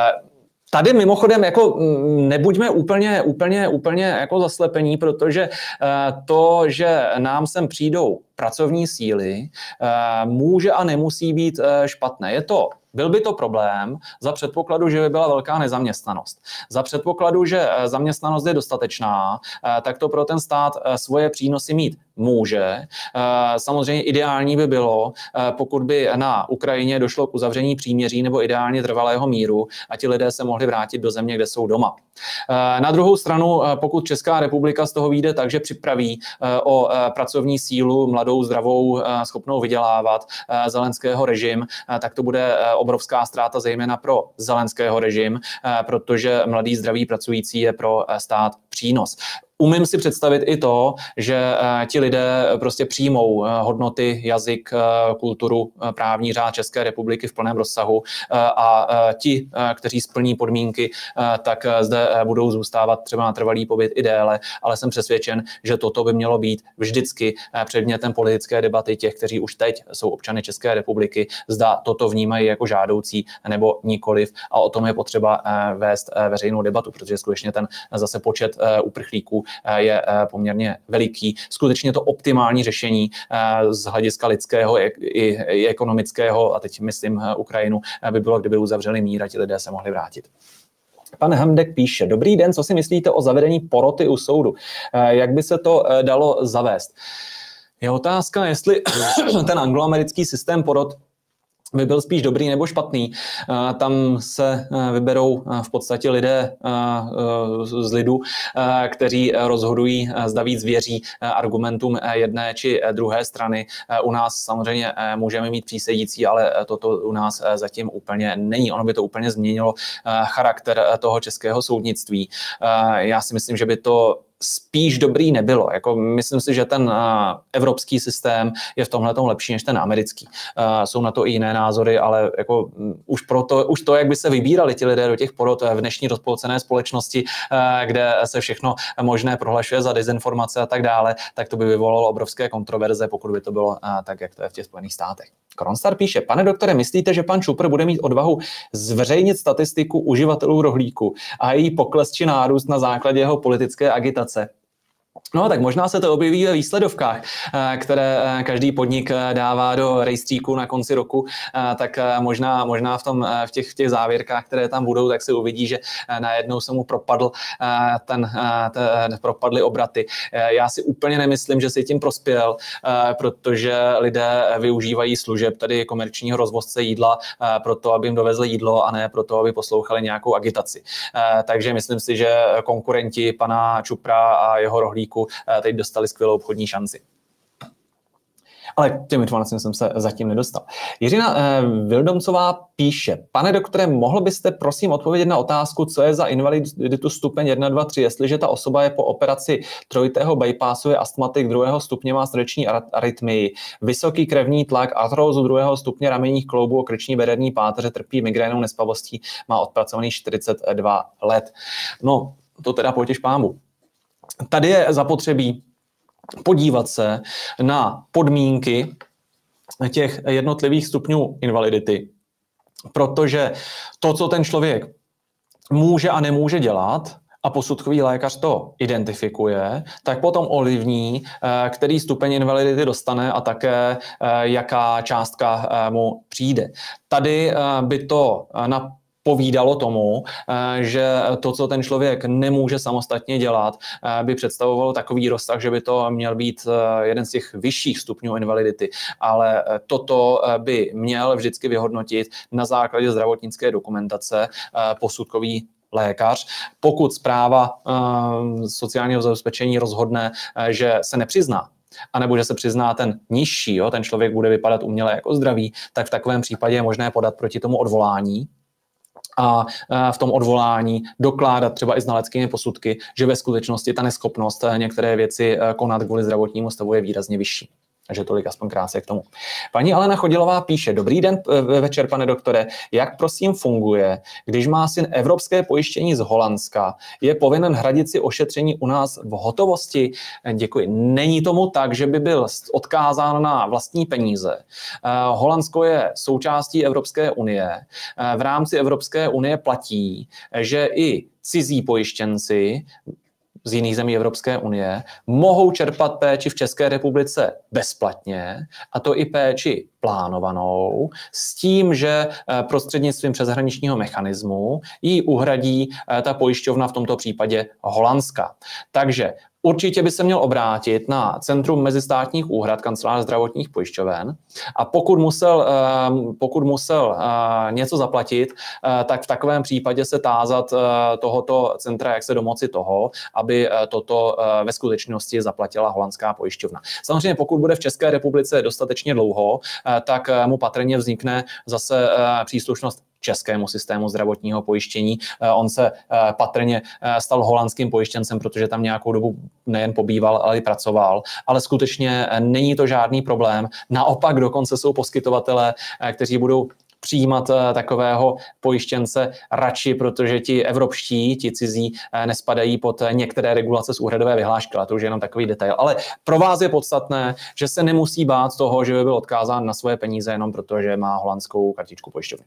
Tady mimochodem jako nebuďme úplně jako zaslepení, protože to, že nám sem přijdou pracovní síly, může a nemusí být špatné. Byl by to problém za předpokladu, že by byla velká nezaměstnanost. Za předpokladu, že zaměstnanost je dostatečná, tak to pro ten stát svoje přínosy mít může. Samozřejmě ideální by bylo, pokud by na Ukrajině došlo k uzavření příměří nebo ideálně trvalého míru a ti lidé se mohli vrátit do země, kde jsou doma. Na druhou stranu, pokud Česká republika z toho vyjde tak, že připraví o pracovní sílu mladou, zdravou, schopnou vydělávat Zelenského režim, tak to bude obrovská ztráta zejména pro Zelenského režim, protože mladý, zdravý pracující je pro stát přínos. Umím si představit i to, že ti lidé prostě přijmou hodnoty, jazyk, kulturu, právní řád České republiky v plném rozsahu a ti, kteří splní podmínky, tak zde budou zůstávat třeba na trvalý pobyt i déle, ale jsem přesvědčen, že toto by mělo být vždycky předmětem politické debaty těch, kteří už teď jsou občany České republiky, zda toto vnímají jako žádoucí nebo nikoliv, a o tom je potřeba vést veřejnou debatu, protože skutečně ten zase počet uprchlíků je poměrně veliký. Skutečně to optimální řešení z hlediska lidského i ekonomického, a teď myslím Ukrajinu, by bylo, kdyby uzavřeli mír a ti lidé se mohli vrátit. Pan Hamdek píše: Dobrý den, co si myslíte o zavedení poroty u soudu? Jak by se to dalo zavést? Je otázka, jestli ten angloamerický systém porot by byl spíš dobrý nebo špatný. Tam se vyberou v podstatě lidé z lidu, kteří rozhodují, zda víc věří argumentům jedné či druhé strany. U nás samozřejmě můžeme mít přísedící, ale toto u nás zatím úplně není. Ono by to úplně změnilo charakter toho českého soudnictví. Já si myslím, že by to spíš dobrý nebylo. Jako myslím si, že ten evropský systém je v tomhletom lepší než ten americký. Jsou na to i jiné názory, ale jako už to, jak by se vybírali ti lidé do těch porot v dnešní rozpolcené společnosti, kde se všechno možné prohlašuje za dezinformace a tak dále, tak to by vyvolalo obrovské kontroverze, pokud by to bylo tak, jak to je v těch Spojených státech. Kronstar píše: Pane doktore, myslíte, že pan Čupr bude mít odvahu zveřejnit statistiku uživatelů rohlíku a její pokles či nárůst na základě jeho politické agitace? No, tak možná se to objeví ve výsledovkách, které každý podnik dává do rejstříku na konci roku, tak možná v těch závěrkách, které tam budou, tak se uvidí, že najednou se mu propadly obraty. Já si úplně nemyslím, že si tím prospěl, protože lidé využívají služeb tady komerčního rozvozce jídla proto, aby jim dovezli jídlo, a ne proto, aby poslouchali nějakou agitaci. Takže myslím si, že konkurenti pana Čupra a jeho rohlíku teď dostali skvělou obchodní šanci. Ale těm informacím jsem se zatím nedostal. Jiřina Vildomcová píše: Pane doktore, mohl byste prosím odpovědět na otázku, co je za invaliditu stupeň 1, 2, 3, jestliže ta osoba je po operaci trojitého bypassu, je astmatik 2. stupně, má srdeční arytmii, vysoký krevní tlak, artrózu 2. stupně ramenních kloubů, krční bederní páteře, trpí migrénou, nespavostí, má odpracovaný 42 let. No, to teda potěš pámu. Tady je zapotřebí podívat se na podmínky těch jednotlivých stupňů invalidity, protože to, co ten člověk může a nemůže dělat, a posudkový lékař to identifikuje, tak potom ovlivní, který stupeň invalidity dostane a také jaká částka mu přijde. Tady by to povídalo tomu, že to, co ten člověk nemůže samostatně dělat, by představovalo takový rozsah, že by to měl být jeden z těch vyšších stupňů invalidity. Ale toto by měl vždycky vyhodnotit na základě zdravotnické dokumentace posudkový lékař. Pokud správa sociálního zabezpečení rozhodne, že se nepřizná, anebo že se přizná ten nižší, ten člověk bude vypadat uměle jako zdravý, tak v takovém případě je možné podat proti tomu odvolání a v tom odvolání dokládat třeba i znaleckými posudky, že ve skutečnosti ta neschopnost některé věci konat kvůli zdravotnímu stavu je výrazně vyšší. Takže tolik aspoň krátce k tomu. Paní Alena Chodilová píše: Dobrý den večer, pane doktore. Jak prosím funguje, když má syn evropské pojištění z Holandska, je povinen hradit si ošetření u nás v hotovosti? Děkuji. Není tomu tak, že by byl odkázán na vlastní peníze. Holandsko je součástí Evropské unie. V rámci Evropské unie platí, že i cizí pojištěnci z jiných zemí Evropské unie mohou čerpat péči v České republice bezplatně, a to i péči plánovanou, s tím, že prostřednictvím přeshraničního mechanismu ji uhradí ta pojišťovna, v tomto případě Holandska. Takže určitě by se měl obrátit na Centrum mezistátních úhrad Kanceláře zdravotních pojišťoven, a pokud musel něco zaplatit, tak v takovém případě se tázat tohoto centra, jak se domoci toho, aby toto ve skutečnosti zaplatila holandská pojišťovna. Samozřejmě pokud bude v České republice dostatečně dlouho, tak mu patrně vznikne zase příslušnost českému systému zdravotního pojištění. On se patrně stal holandským pojištěncem, protože tam nějakou dobu nejen pobýval, ale i pracoval. Ale skutečně není to žádný problém. Naopak dokonce jsou poskytovatelé, kteří budou přijímat takového pojištěnce radši, protože ti evropští, ti cizí nespadají pod některé regulace z úhradové vyhlášky, ale to už je jenom takový detail. Ale pro vás je podstatné, že se nemusí bát toho, že by byl odkázán na svoje peníze jenom protože má holandskou kartičku pojišťovny.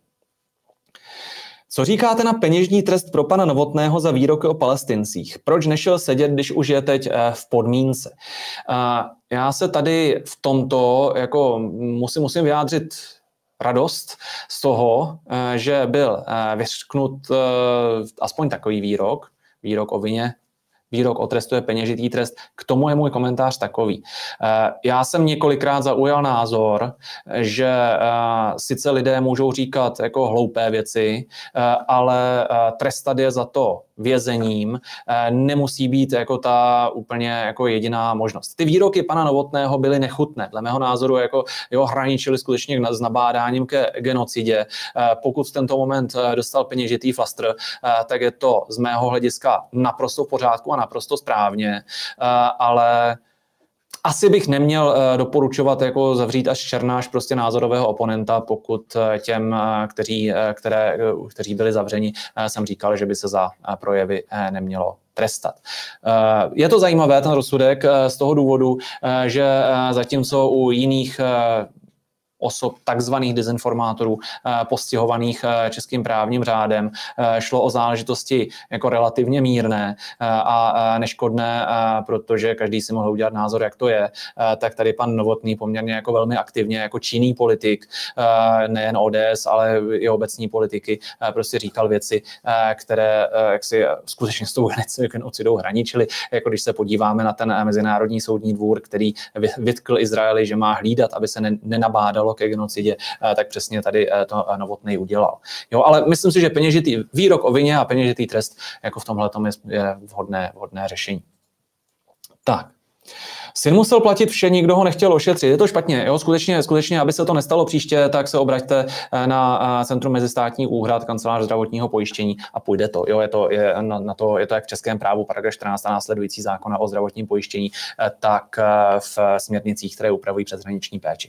Co říkáte na peněžní trest pro pana Novotného za výroky o Palestincích? Proč nešel sedět, když už je teď v podmínce? Já se tady v tomto jako musím vyjádřit radost z toho, že byl vyřknut aspoň takový výrok o vině. Výrok o trestu je peněžitý trest. K tomu je můj komentář takový. Já jsem několikrát zaujal názor, že sice lidé můžou říkat jako hloupé věci, ale trestat je za to vězením nemusí být jako ta úplně jako jediná možnost. Ty výroky pana Novotného byly nechutné. Dle mého názoru jako hraničili skutečně s nabádáním ke genocidě. Pokud v tento moment dostal peněžitý flastr, tak je to z mého hlediska naprosto v pořádku a naprosto správně, ale asi bych neměl doporučovat jako zavřít až černáš prostě názorového oponenta, pokud těm, kteří byli zavřeni, jsem říkal, že by se za projevy nemělo trestat. Je to zajímavé, ten rozsudek, z toho důvodu, že zatímco u jiných osob, takzvaných dezinformátorů, postihovaných českým právním řádem, šlo o záležitosti jako relativně mírné a neškodné, protože každý si mohl udělat názor, jak to je, tak tady pan Novotný poměrně jako velmi aktivně, jako činný politik, nejen ODS, ale i obecní politiky, prostě říkal věci, které jaksi skutečně s tou genocidou hraničily. Jako když se podíváme na ten Mezinárodní soudní dvůr, který vytkl Izraeli, že má hlídat, aby se nenabádalo ke genocidě, tak přesně tady to Novotný udělal. Jo, ale myslím si, že peněžitý výrok o vině a peněžitý trest jako v tomhletom je vhodné řešení. Tak. Syn musel platit vše, nikdo ho nechtěl ošetřit. Je to špatně, jo? Skutečně, aby se to nestalo příště, tak se obraťte na Centrum mezistátních úhrad, kancelář zdravotního pojištění a půjde to. Jo? Je to jak v českém právu, paragraf 14 a následující zákona o zdravotním pojištění, tak v směrnicích, které upravují přeshraniční péči.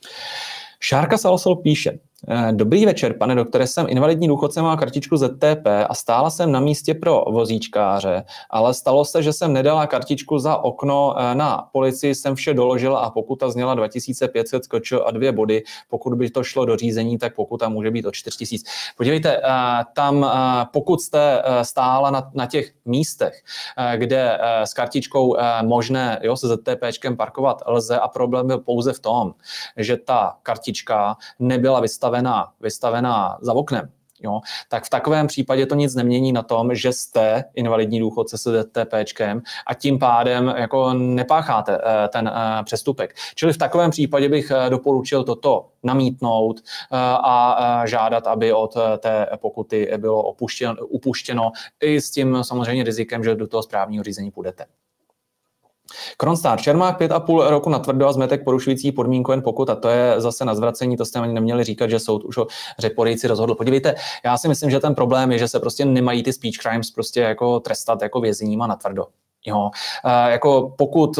Šárka Salsol píše: Dobrý večer, pane doktore, jsem invalidní důchodce, mám kartičku ZTP a stála jsem na místě pro vozíčkáře, ale stalo se, že jsem nedala kartičku za okno na policii, jsem vše doložila a pokuta zněla 2500 kč a 2 body. Pokud by to šlo do řízení, tak pokuta může být o 4000. Podívejte, tam pokud jste stála na těch místech, kde s kartičkou možné se ZTPčkem parkovat lze a problém byl pouze v tom, že ta kartička nebyla vystavená za oknem, jo, tak v takovém případě to nic nemění na tom, že jste invalidní důchodce s ZTPčkem a tím pádem jako nepácháte ten přestupek. Čili v takovém případě bych doporučil toto namítnout a žádat, aby od té pokuty bylo upuštěno i s tím samozřejmě rizikem, že do toho správního řízení půjdete. Kronstar, Čermák 5,5 roku natvrdo a zmetek porušující podmínku jen pokud, a to je zase na zvracení, to jste ani neměli říkat, že soud už o Řeporyjci rozhodl. Podívejte, já si myslím, že ten problém je, že se prostě nemají ty speech crimes prostě jako trestat jako vězením a natvrdo. Jo. Jako pokud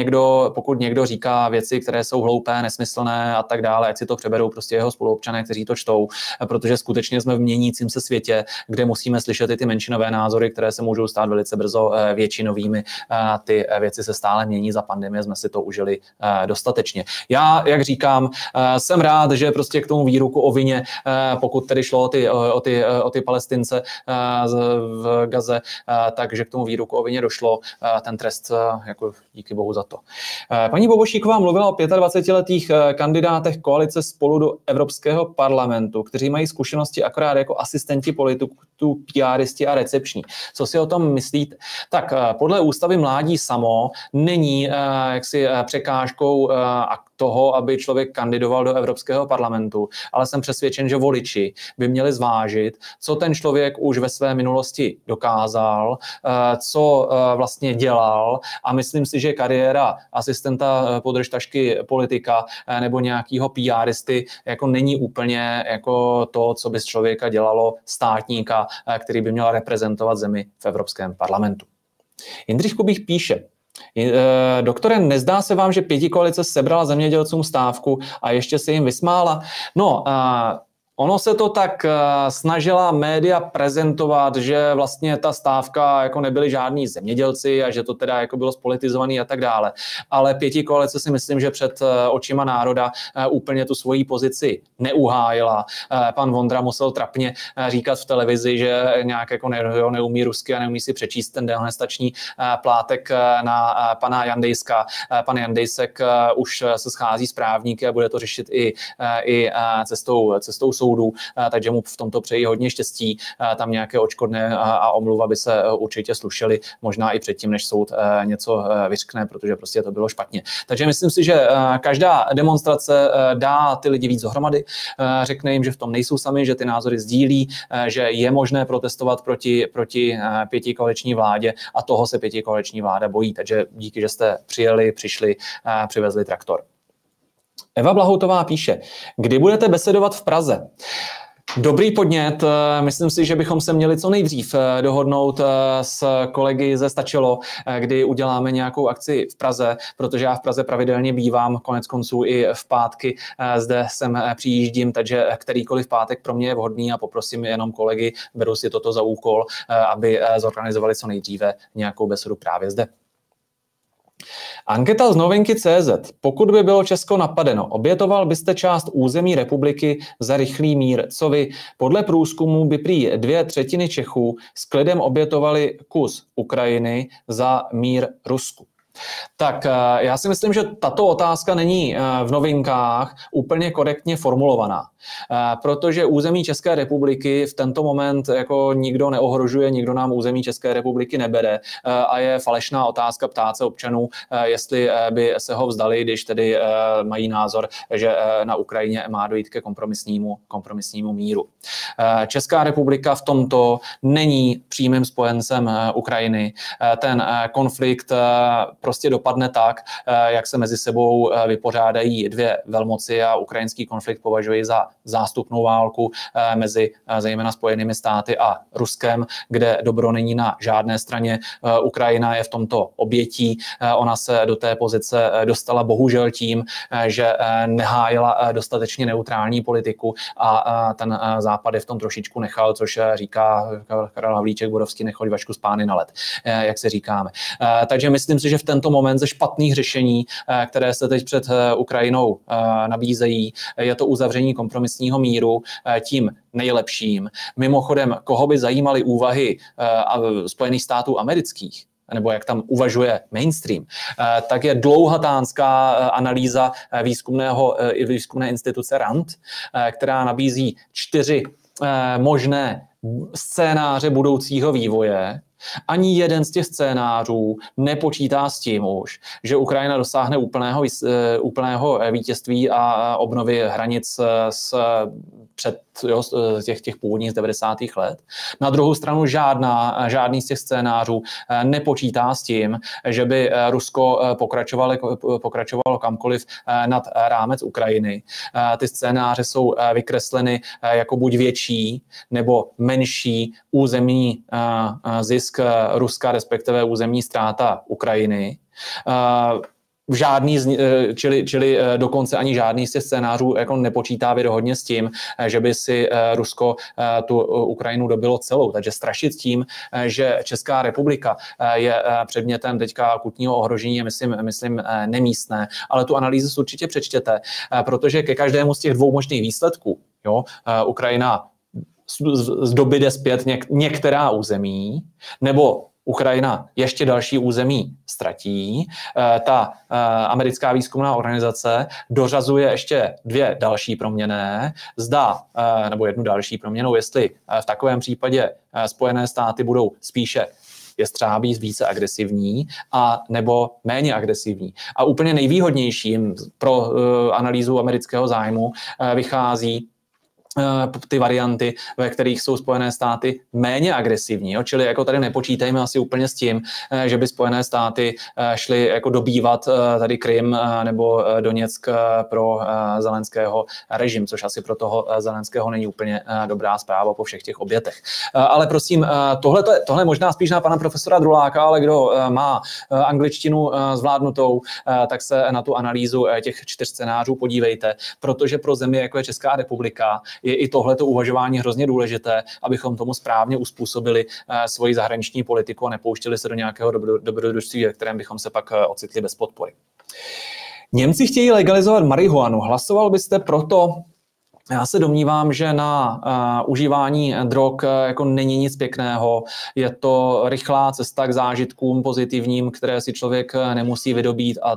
někdo říká věci, které jsou hloupé, nesmyslné a tak dále, ať si to přeberou prostě jeho spoluobčané, kteří to čtou, protože skutečně jsme v měnícím se světě, kde musíme slyšet i ty menšinové názory, které se můžou stát velice brzo většinovými. Ty věci se stále mění, za pandemie jsme si to užili dostatečně. Já, jak říkám, jsem rád, že prostě k tomu výroku o vině, pokud tedy šlo o ty Palestince v Gaze, takže k tomu výroku o vině došlo. Ten trest, jako díky bohu za to. Paní Bobošíková mluvila o 25letých kandidátech koalice Spolu do Evropského parlamentu, kteří mají zkušenosti akorát jako asistenti politiků, PRisti a recepční. Co si o tom myslíte? Tak podle ústavy mládí samo není jaksi překážkou a toho, aby člověk kandidoval do Evropského parlamentu, ale jsem přesvědčen, že voliči by měli zvážit, co ten člověk už ve své minulosti dokázal, co vlastně dělal, a myslím si, že kariéra asistenta podržtašky politika nebo nějakého PRisty jako není úplně jako to, co by z člověka dělalo státníka, který by měl reprezentovat zemi v Evropském parlamentu. Jindřich Kubík píše: Doktore, nezdá se vám, že pětikoalice sebrala zemědělcům stávku a ještě se jim vysmála? No, ono se to tak snažila média prezentovat, že vlastně ta stávka jako nebyli žádní zemědělci a že to teda jako bylo spolitizovaný a tak dále. Ale pětikoalice si myslím, že před očima národa úplně tu svoji pozici neuhájila. Pan Vondra musel trapně říkat v televizi, že nějak jako neumí rusky a neumí si přečíst ten dehonestační plátek na pana Jandejska. Pan Jandejsek už se schází s právníky a bude to řešit i cestou soudu, takže mu v tomto přeji hodně štěstí. Tam nějaké odškodné a omluva by se určitě slušely, možná i předtím, než soud něco vyřkne, protože prostě to bylo špatně. Takže myslím si, že každá demonstrace dá ty lidi víc dohromady, řekne jim, že v tom nejsou sami, že ty názory sdílí, že je možné protestovat proti pětikoaliční vládě, a toho se pětikoaliční vláda bojí. Takže díky, že jste přišli, přivezli traktor. Eva Blahoutová píše: kdy budete besedovat v Praze? Dobrý podnět, myslím si, že bychom se měli co nejdřív dohodnout s kolegy ze Stačilo, kdy uděláme nějakou akci v Praze, protože já v Praze pravidelně bývám, konec konců i v pátky zde sem přijíždím, takže kterýkoliv pátek pro mě je vhodný a poprosím jenom kolegy, beru si toto za úkol, aby zorganizovali co nejdříve nějakou besedu právě zde. Anketa z Novinky.cz. Pokud by bylo Česko napadeno, obětoval byste část území republiky za rychlý mír? Co vy? Podle průzkumu by prý 2/3 Čechů s klidem obětovali kus Ukrajiny za mír Rusku. Tak já si myslím, že tato otázka není v Novinkách úplně korektně formulovaná, protože území České republiky v tento moment jako nikdo neohrožuje, nikdo nám území České republiky nebere a je falešná otázka ptát se občanů, jestli by se ho vzdali, když tedy mají názor, že na Ukrajině má dojít ke kompromisnímu míru. Česká republika v tomto není přímým spojencem Ukrajiny. Ten konflikt prostě dopadne tak, jak se mezi sebou vypořádají dvě velmoci, a ukrajinský konflikt považuji za zástupnou válku mezi zejména Spojenými státy a Ruskem, kde dobro není na žádné straně. Ukrajina je v tomto obětí. Ona se do té pozice dostala bohužel tím, že nehájila dostatečně neutrální politiku, a ten Západ je v tom trošičku nechal, což říká Karel Havlíček Borovský: nechoď Vašku z pány na led, jak se říkáme. Takže myslím si, že v tento moment ze špatných řešení, které se teď před Ukrajinou nabízejí, je to uzavření kompromisního míru tím nejlepším. Mimochodem, koho by zajímaly úvahy Spojených států amerických, nebo jak tam uvažuje mainstream, tak je dlouhatánská analýza výzkumné instituce RAND, která nabízí 4 možné scénáře budoucího vývoje. Ani jeden z těch scénářů nepočítá s tím už, že Ukrajina dosáhne úplného vítězství a obnovy hranic před těch původních z 90. let. Na druhou stranu žádný z těch scénářů nepočítá s tím, že by Rusko pokračovalo kamkoliv nad rámec Ukrajiny. Ty scénáře jsou vykresleny jako buď větší nebo menší územní zisk Ruska, respektive územní ztráta Ukrajiny. Čili dokonce ani žádný z těch scénářů jako nepočítá věrohodně s tím, že by si Rusko tu Ukrajinu dobilo celou. Takže strašit tím, že Česká republika je předmětem teďka akutního ohrožení, je myslím nemístné. Ale tu analýzu si určitě přečtěte, protože ke každému z těch 2 možných výsledků, Ukrajina zdoběde zpět některá území, nebo Ukrajina ještě další území ztratí. Ta americká výzkumná organizace dořazuje ještě 2 další proměnné. Nebo jednu další proměnou, jestli v takovém případě Spojené státy budou spíše třeba být více agresivní a nebo méně agresivní. A úplně nejvýhodnějším pro analýzu amerického zájmu vychází ty varianty, ve kterých jsou Spojené státy méně agresivní. Jo? Čili jako tady nepočítejme asi úplně s tím, že by Spojené státy šly jako dobývat tady Krym nebo Doněck pro Zelenského režim, což asi pro toho Zelenského není úplně dobrá zpráva po všech těch obětech. Ale prosím, tohle je možná spíš na pana profesora Druláka, ale kdo má angličtinu zvládnutou, tak se na tu analýzu těch 4 scénářů podívejte, protože pro zemi, jako je Česká republika, je i tohleto uvažování hrozně důležité, abychom tomu správně uspůsobili svoji zahraniční politiku a nepouštěli se do nějakého dobrodružství, ve kterém bychom se pak ocitli bez podpory. Němci chtějí legalizovat marihuanu. Hlasoval byste proto? Já se domnívám, že na užívání drog jako není nic pěkného. Je to rychlá cesta k zážitkům pozitivním, které si člověk nemusí vydobít a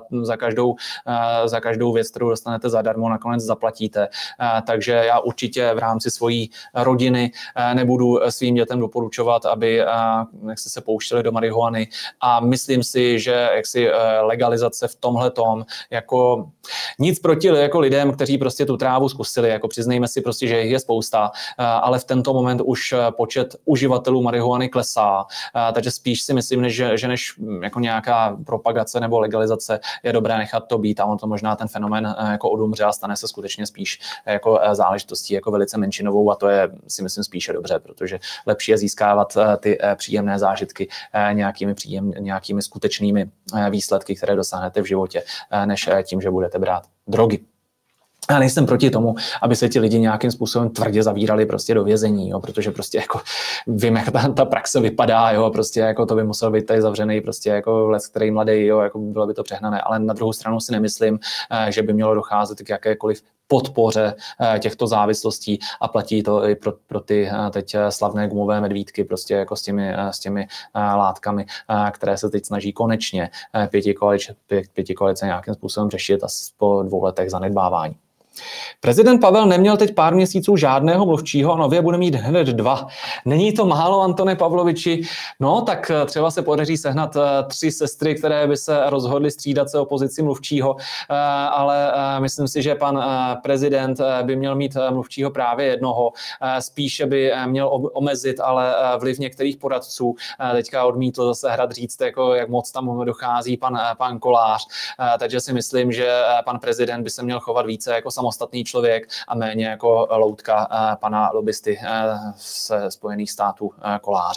za každou věc, kterou dostanete zadarmo, nakonec zaplatíte. Takže já určitě v rámci svojí rodiny nebudu svým dětem doporučovat, aby se pouštěli do marihuany. A myslím si, že legalizace v tomhletom jako nic proti jako lidem, kteří prostě tu trávu zkusili, jako přiznejme si prostě, že jich je spousta, ale v tento moment už počet uživatelů marihuany klesá, takže spíš si myslím, že než jako nějaká propagace nebo legalizace je dobré nechat to být a on to možná ten fenomén jako odumře a stane se skutečně spíš jako záležitostí jako velice menšinovou a to je si myslím spíše dobře, protože lepší je získávat ty příjemné zážitky nějakými skutečnými výsledky, které dosáhnete v životě, než tím, že budete brát drogy. Já nejsem proti tomu, aby se ti lidi nějakým způsobem tvrdě zavírali prostě do vězení, jo, protože prostě jako vím, jak ta praxe vypadá, jo, prostě jako to by musel být tady zavřený prostě jako les, který mladý, jo, jako bylo by to přehnané, ale na druhou stranu si nemyslím, že by mělo docházet k jakékoliv podpoře těchto závislostí a platí to i pro ty teď slavné gumové medvídky prostě jako s těmi látkami, které se teď snaží konečně pětikoalice nějakým způsobem řešit a po 2 letech zanedbávání. Prezident Pavel neměl teď pár měsíců žádného mluvčího a nově bude mít hned 2. Není to málo, Antone Pavloviči? No, tak třeba se podaří sehnat 3 sestry, které by se rozhodly střídat se o pozici mluvčího, ale myslím si, že pan prezident by měl mít mluvčího právě jednoho. Spíše by měl omezit, ale vliv některých poradců. Teďka odmítl zase hrad říct, jako jak moc tam dochází pan Kolář. Takže si myslím, že pan prezident by se měl chovat více jako samostatný člověk a méně jako loutka pana lobbysty ze Spojených států Koláře.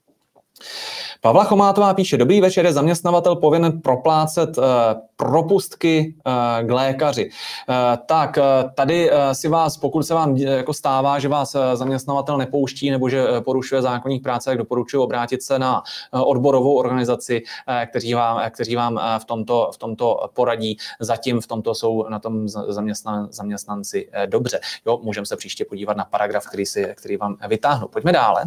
Pavla Chomátová píše, dobrý večer, je zaměstnavatel povinen proplácet propustky k lékaři. Tak tady si vás, pokud se vám jako stává, že vás zaměstnavatel nepouští nebo že porušuje zákoník práce, tak doporučuji obrátit se na odborovou organizaci, kteří vám v tomto poradí. Zatím v tomto jsou na tom zaměstnanci dobře. Jo, můžeme se příště podívat na paragraf, který vám vytáhnu. Pojďme dále.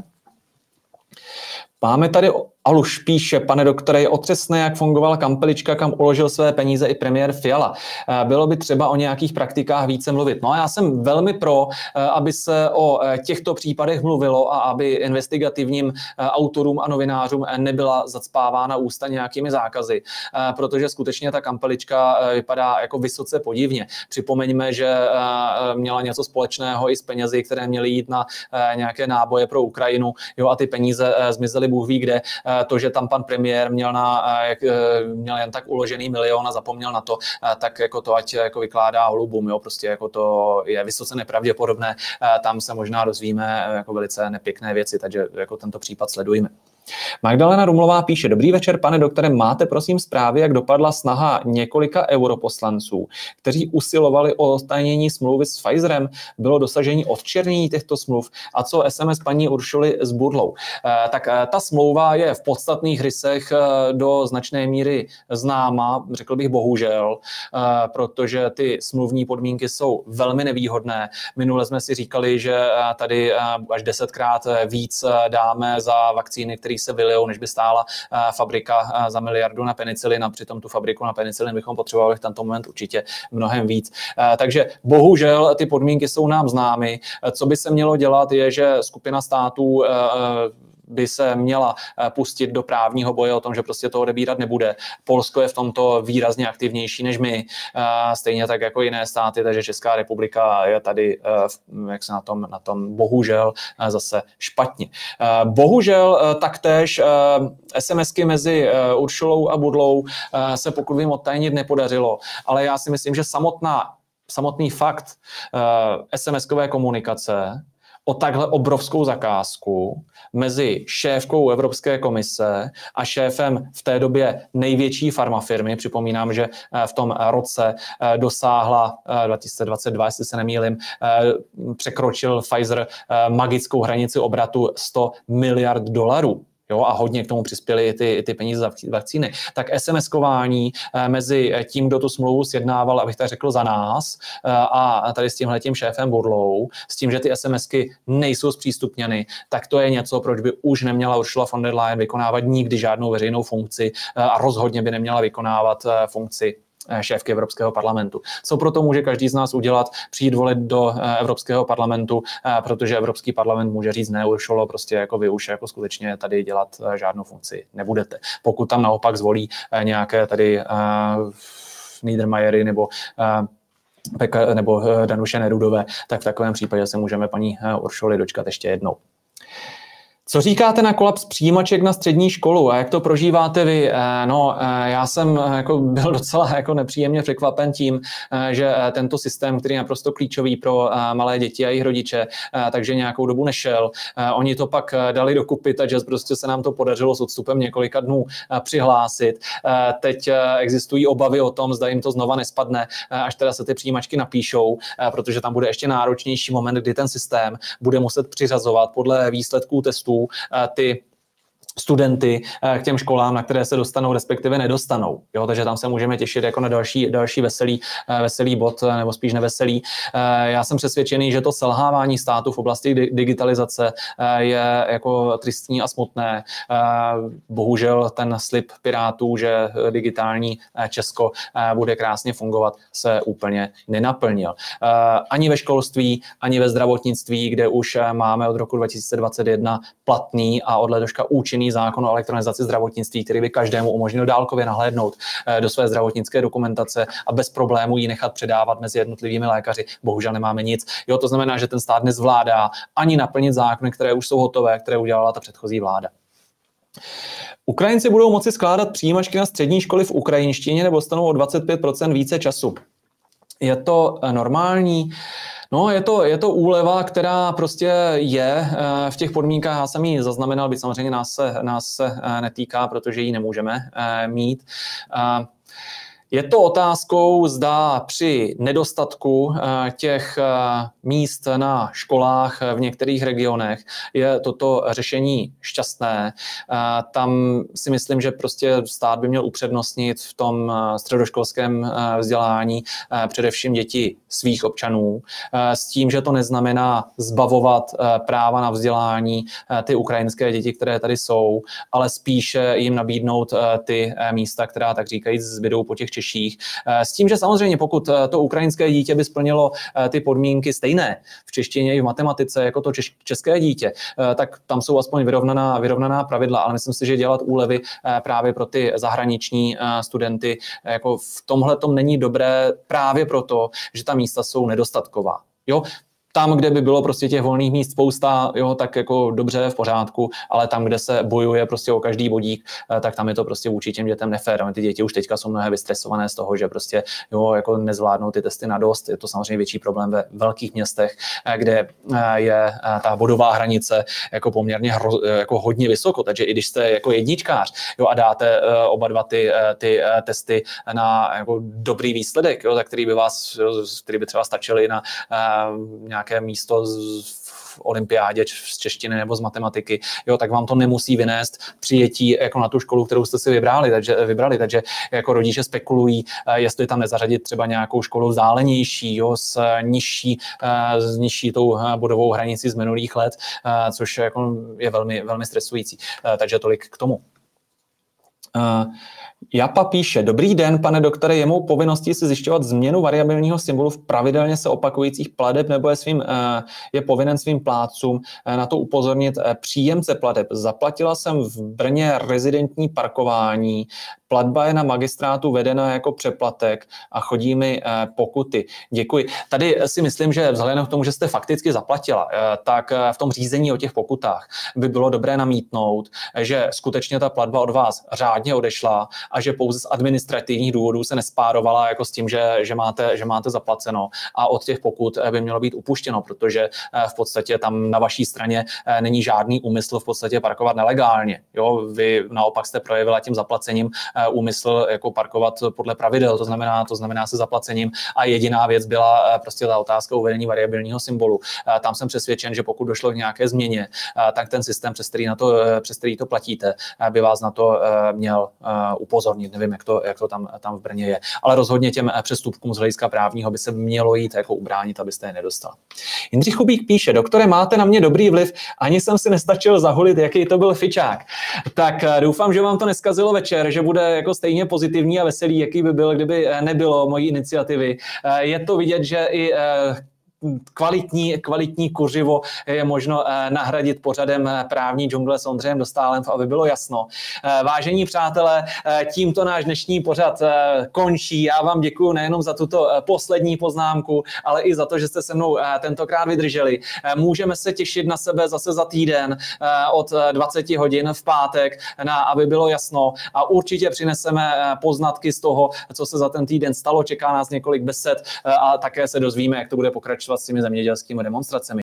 Máme tady, Aluš píše, pane doktore, je otřesné, jak fungovala kampelička, kam uložil své peníze i premiér Fiala. Bylo by třeba o nějakých praktikách více mluvit. No a já jsem velmi pro, aby se o těchto případech mluvilo a aby investigativním autorům a novinářům nebyla zacpávána ústa nějakými zákazy, protože skutečně ta kampelička vypadá jako vysoce podivně. Připomeňme, že měla něco společného i s penězi, které měly jít na nějaké náboje pro Ukrajinu, jo, a ty peníze zmizely Bůh ví kde. To, že tam pan premiér měl jen tak uložený milion a zapomněl na to, tak jako to ať jako vykládá holubům, jo, prostě jako to je vysoce nepravděpodobné. Tam se možná dozvíme jako velice nepěkné věci, takže jako tento případ sledujme. Magdalena Rumlová píše, dobrý večer, pane doktore, máte prosím zprávy, jak dopadla snaha několika europoslanců, kteří usilovali o odtajnění smlouvy s Pfizerem, bylo dosažení odčernění těchto smluv a co SMS paní Uršuly s Burlou. Tak ta smlouva je v podstatných rysech do značné míry známa, řekl bych bohužel, protože ty smluvní podmínky jsou velmi nevýhodné. Minule jsme si říkali, že tady až 10krát víc dáme za vakcíny, které se vylijou, než by stála fabrika za miliardu na penicilin a přitom tu fabriku na penicilin bychom potřebovali v tento moment určitě mnohem víc. Takže bohužel ty podmínky jsou nám známy. Co by se mělo dělat je, že skupina států by se měla pustit do právního boje o tom, že prostě to odebírat nebude. Polsko je v tomto výrazně aktivnější než my, stejně tak jako jiné státy, takže Česká republika je tady, jak se na tom bohužel zase špatně. Bohužel taktéž SMSky mezi Uršulou a Budlou se, pokud vím, odtajnit nepodařilo, ale já si myslím, že samotný fakt SMS-kové komunikace o takhle obrovskou zakázku mezi šéfkou Evropské komise a šéfem v té době největší farmafirmy, připomínám, že v tom roce dosáhla 2022, jestli se nemýlim, překročil Pfizer magickou hranici obratu 100 miliard dolarů. Jo, a hodně k tomu přispěly ty peníze za vakcíny, tak SMS-kování mezi tím, kdo tu smlouvu sjednával, abych tak řekl, za nás a tady s tímhletím šéfem Budlou, s tím, že ty SMSky nejsou zpřístupněny, tak to je něco, proč by už neměla Ursula von der Leyen vykonávat nikdy žádnou veřejnou funkci a rozhodně by neměla vykonávat funkci šéfky Evropského parlamentu. Co proto může každý z nás udělat? Přijít volit do Evropského parlamentu, protože Evropský parlament může říct ne, Uršulo, prostě jako vy už jako skutečně tady dělat žádnou funkci nebudete. Pokud tam naopak zvolí nějaké tady Niedermayery nebo Danuše Nerudové, tak v takovém případě se můžeme paní Uršuly dočkat ještě jednou. Co říkáte na kolaps přijímaček na střední školu a jak to prožíváte vy? Já jsem byl docela nepříjemně překvapen tím, že tento systém, který je naprosto klíčový pro malé děti a jejich rodiče, takže nějakou dobu nešel. Oni to pak dali dokupy, takže prostě se nám to podařilo s odstupem několika dnů přihlásit. Teď existují obavy o tom, zda jim to znova nespadne, až teda se ty přijímačky napíšou, protože tam bude ještě náročnější moment, kdy ten systém bude muset přiřazovat podle výsledků testů ty studenty k těm školám, na které se dostanou, respektive nedostanou. Jo, takže tam se můžeme těšit jako na další veselý bod, nebo spíš neveselý. Já jsem přesvědčený, že to selhávání státu v oblasti digitalizace je jako tristní a smutné. Bohužel ten slib Pirátů, že digitální Česko bude krásně fungovat, se úplně nenaplnil. Ani ve školství, ani ve zdravotnictví, kde už máme od roku 2021 platný a od letoška účinný zákon o elektronizaci zdravotnictví, který by každému umožnil dálkově nahlédnout do své zdravotnické dokumentace a bez problémů ji nechat předávat mezi jednotlivými lékaři. Bohužel nemáme nic. Jo, to znamená, že ten stát nezvládá ani naplnit zákony, které už jsou hotové, které udělala ta předchozí vláda. Ukrajinci budou moci skládat přijímačky na střední školy v ukrajinštině nebo dostanou o 25% více času. Je to normální? No, je to úleva, která prostě je v těch podmínkách, já jsem ji zaznamenal, byť samozřejmě nás se netýká, protože ji nemůžeme mít. Je to otázkou, zda při nedostatku těch míst na školách v některých regionech je toto řešení šťastné. Tam si myslím, že prostě stát by měl upřednostnit v tom středoškolském vzdělání především děti svých občanů, s tím, že to neznamená zbavovat práva na vzdělání ty ukrajinské děti, které tady jsou, ale spíše jim nabídnout ty místa, která tak říkajíc zbydou po těch Češích. S tím, že samozřejmě pokud to ukrajinské dítě by splnilo ty podmínky stejné v češtině i v matematice jako to české dítě, tak tam jsou aspoň vyrovnaná pravidla, ale myslím si, že dělat úlevy právě pro ty zahraniční studenty jako v tomhle tom není dobré právě proto, že ta místa jsou nedostatková. Jo? Tam, kde by bylo prostě těch volných míst spousta, jo, tak jako dobře, v pořádku, ale tam, kde se bojuje prostě o každý bodík, tak tam je to prostě vůči těm dětem nefér. Ty děti už teďka jsou mnohé vystresované z toho, že prostě jako nezvládnou ty testy na dost. Je to samozřejmě větší problém ve velkých městech, kde je ta bodová hranice jako poměrně jako hodně vysoko, takže i když jste jako jedničkář, jo, a dáte oba dva ty testy na jako dobrý výsledek, jo, za který by třeba stačily na nějaké místo v olympiádě z češtiny nebo z matematiky, jo, tak vám to nemusí vynést přijetí jako na tu školu, kterou jste si vybrali, takže jako rodiče spekulují, jestli tam nezařadit třeba nějakou školu vzdálenější, jo, s nižší tou bodovou hranicí z minulých let, což jako je velmi, velmi stresující. Takže tolik k tomu. Japa píše, dobrý den, pane doktore, je mou povinností si zjišťovat změnu variabilního symbolu v pravidelně se opakujících plateb, nebo je povinen svým plátcům na to upozornit příjemce plateb. Zaplatila jsem v Brně rezidentní parkování, platba je na magistrátu vedena jako přeplatek a chodí mi pokuty. Děkuji. Tady si myslím, že vzhledem k tomu, že jste fakticky zaplatila, tak v tom řízení o těch pokutách by bylo dobré namítnout, že skutečně ta platba od vás řádně odešla a že pouze z administrativních důvodů se nespárovala jako s tím, že máte zaplaceno a od těch pokut by mělo být upuštěno, protože v podstatě tam na vaší straně není žádný úmysl v podstatě parkovat nelegálně. Jo? Vy naopak jste projevila tím zaplacením úmysl jako parkovat podle pravidel, to znamená se zaplacením a jediná věc byla prostě ta otázka uvedení variabilního symbolu. Tam jsem přesvědčen, že pokud došlo k nějaké změně, tak ten systém, přes který to platíte, by vás na to měl upozornit. Nevím, jak to tam v Brně je. Ale rozhodně těm přestupkům z hlediska právního by se mělo jít jako ubránit, abyste je nedostal. Jindřich Chubík píše, doktore, máte na mě dobrý vliv, ani jsem si nestačil zahulit, jaký to byl fičák. Tak doufám, že vám to neskazilo večer, že bude jako stejně pozitivní a veselý, jaký by byl, kdyby nebylo mojí iniciativy. Je to vidět, že i kvalitní kuřivo je možno nahradit pořadem Právní džungle s Ondřejem Dostálem, aby bylo jasno. Vážení přátelé, tímto náš dnešní pořad končí. Já vám děkuji nejenom za tuto poslední poznámku, ale i za to, že jste se mnou tentokrát vydrželi. Můžeme se těšit na sebe zase za týden od 20 hodin v pátek, aby bylo jasno, a určitě přineseme poznatky z toho, co se za ten týden stalo. Čeká nás několik besed a také se dozvíme, jak to bude pokračovat s těmi zemědělskými demonstracemi.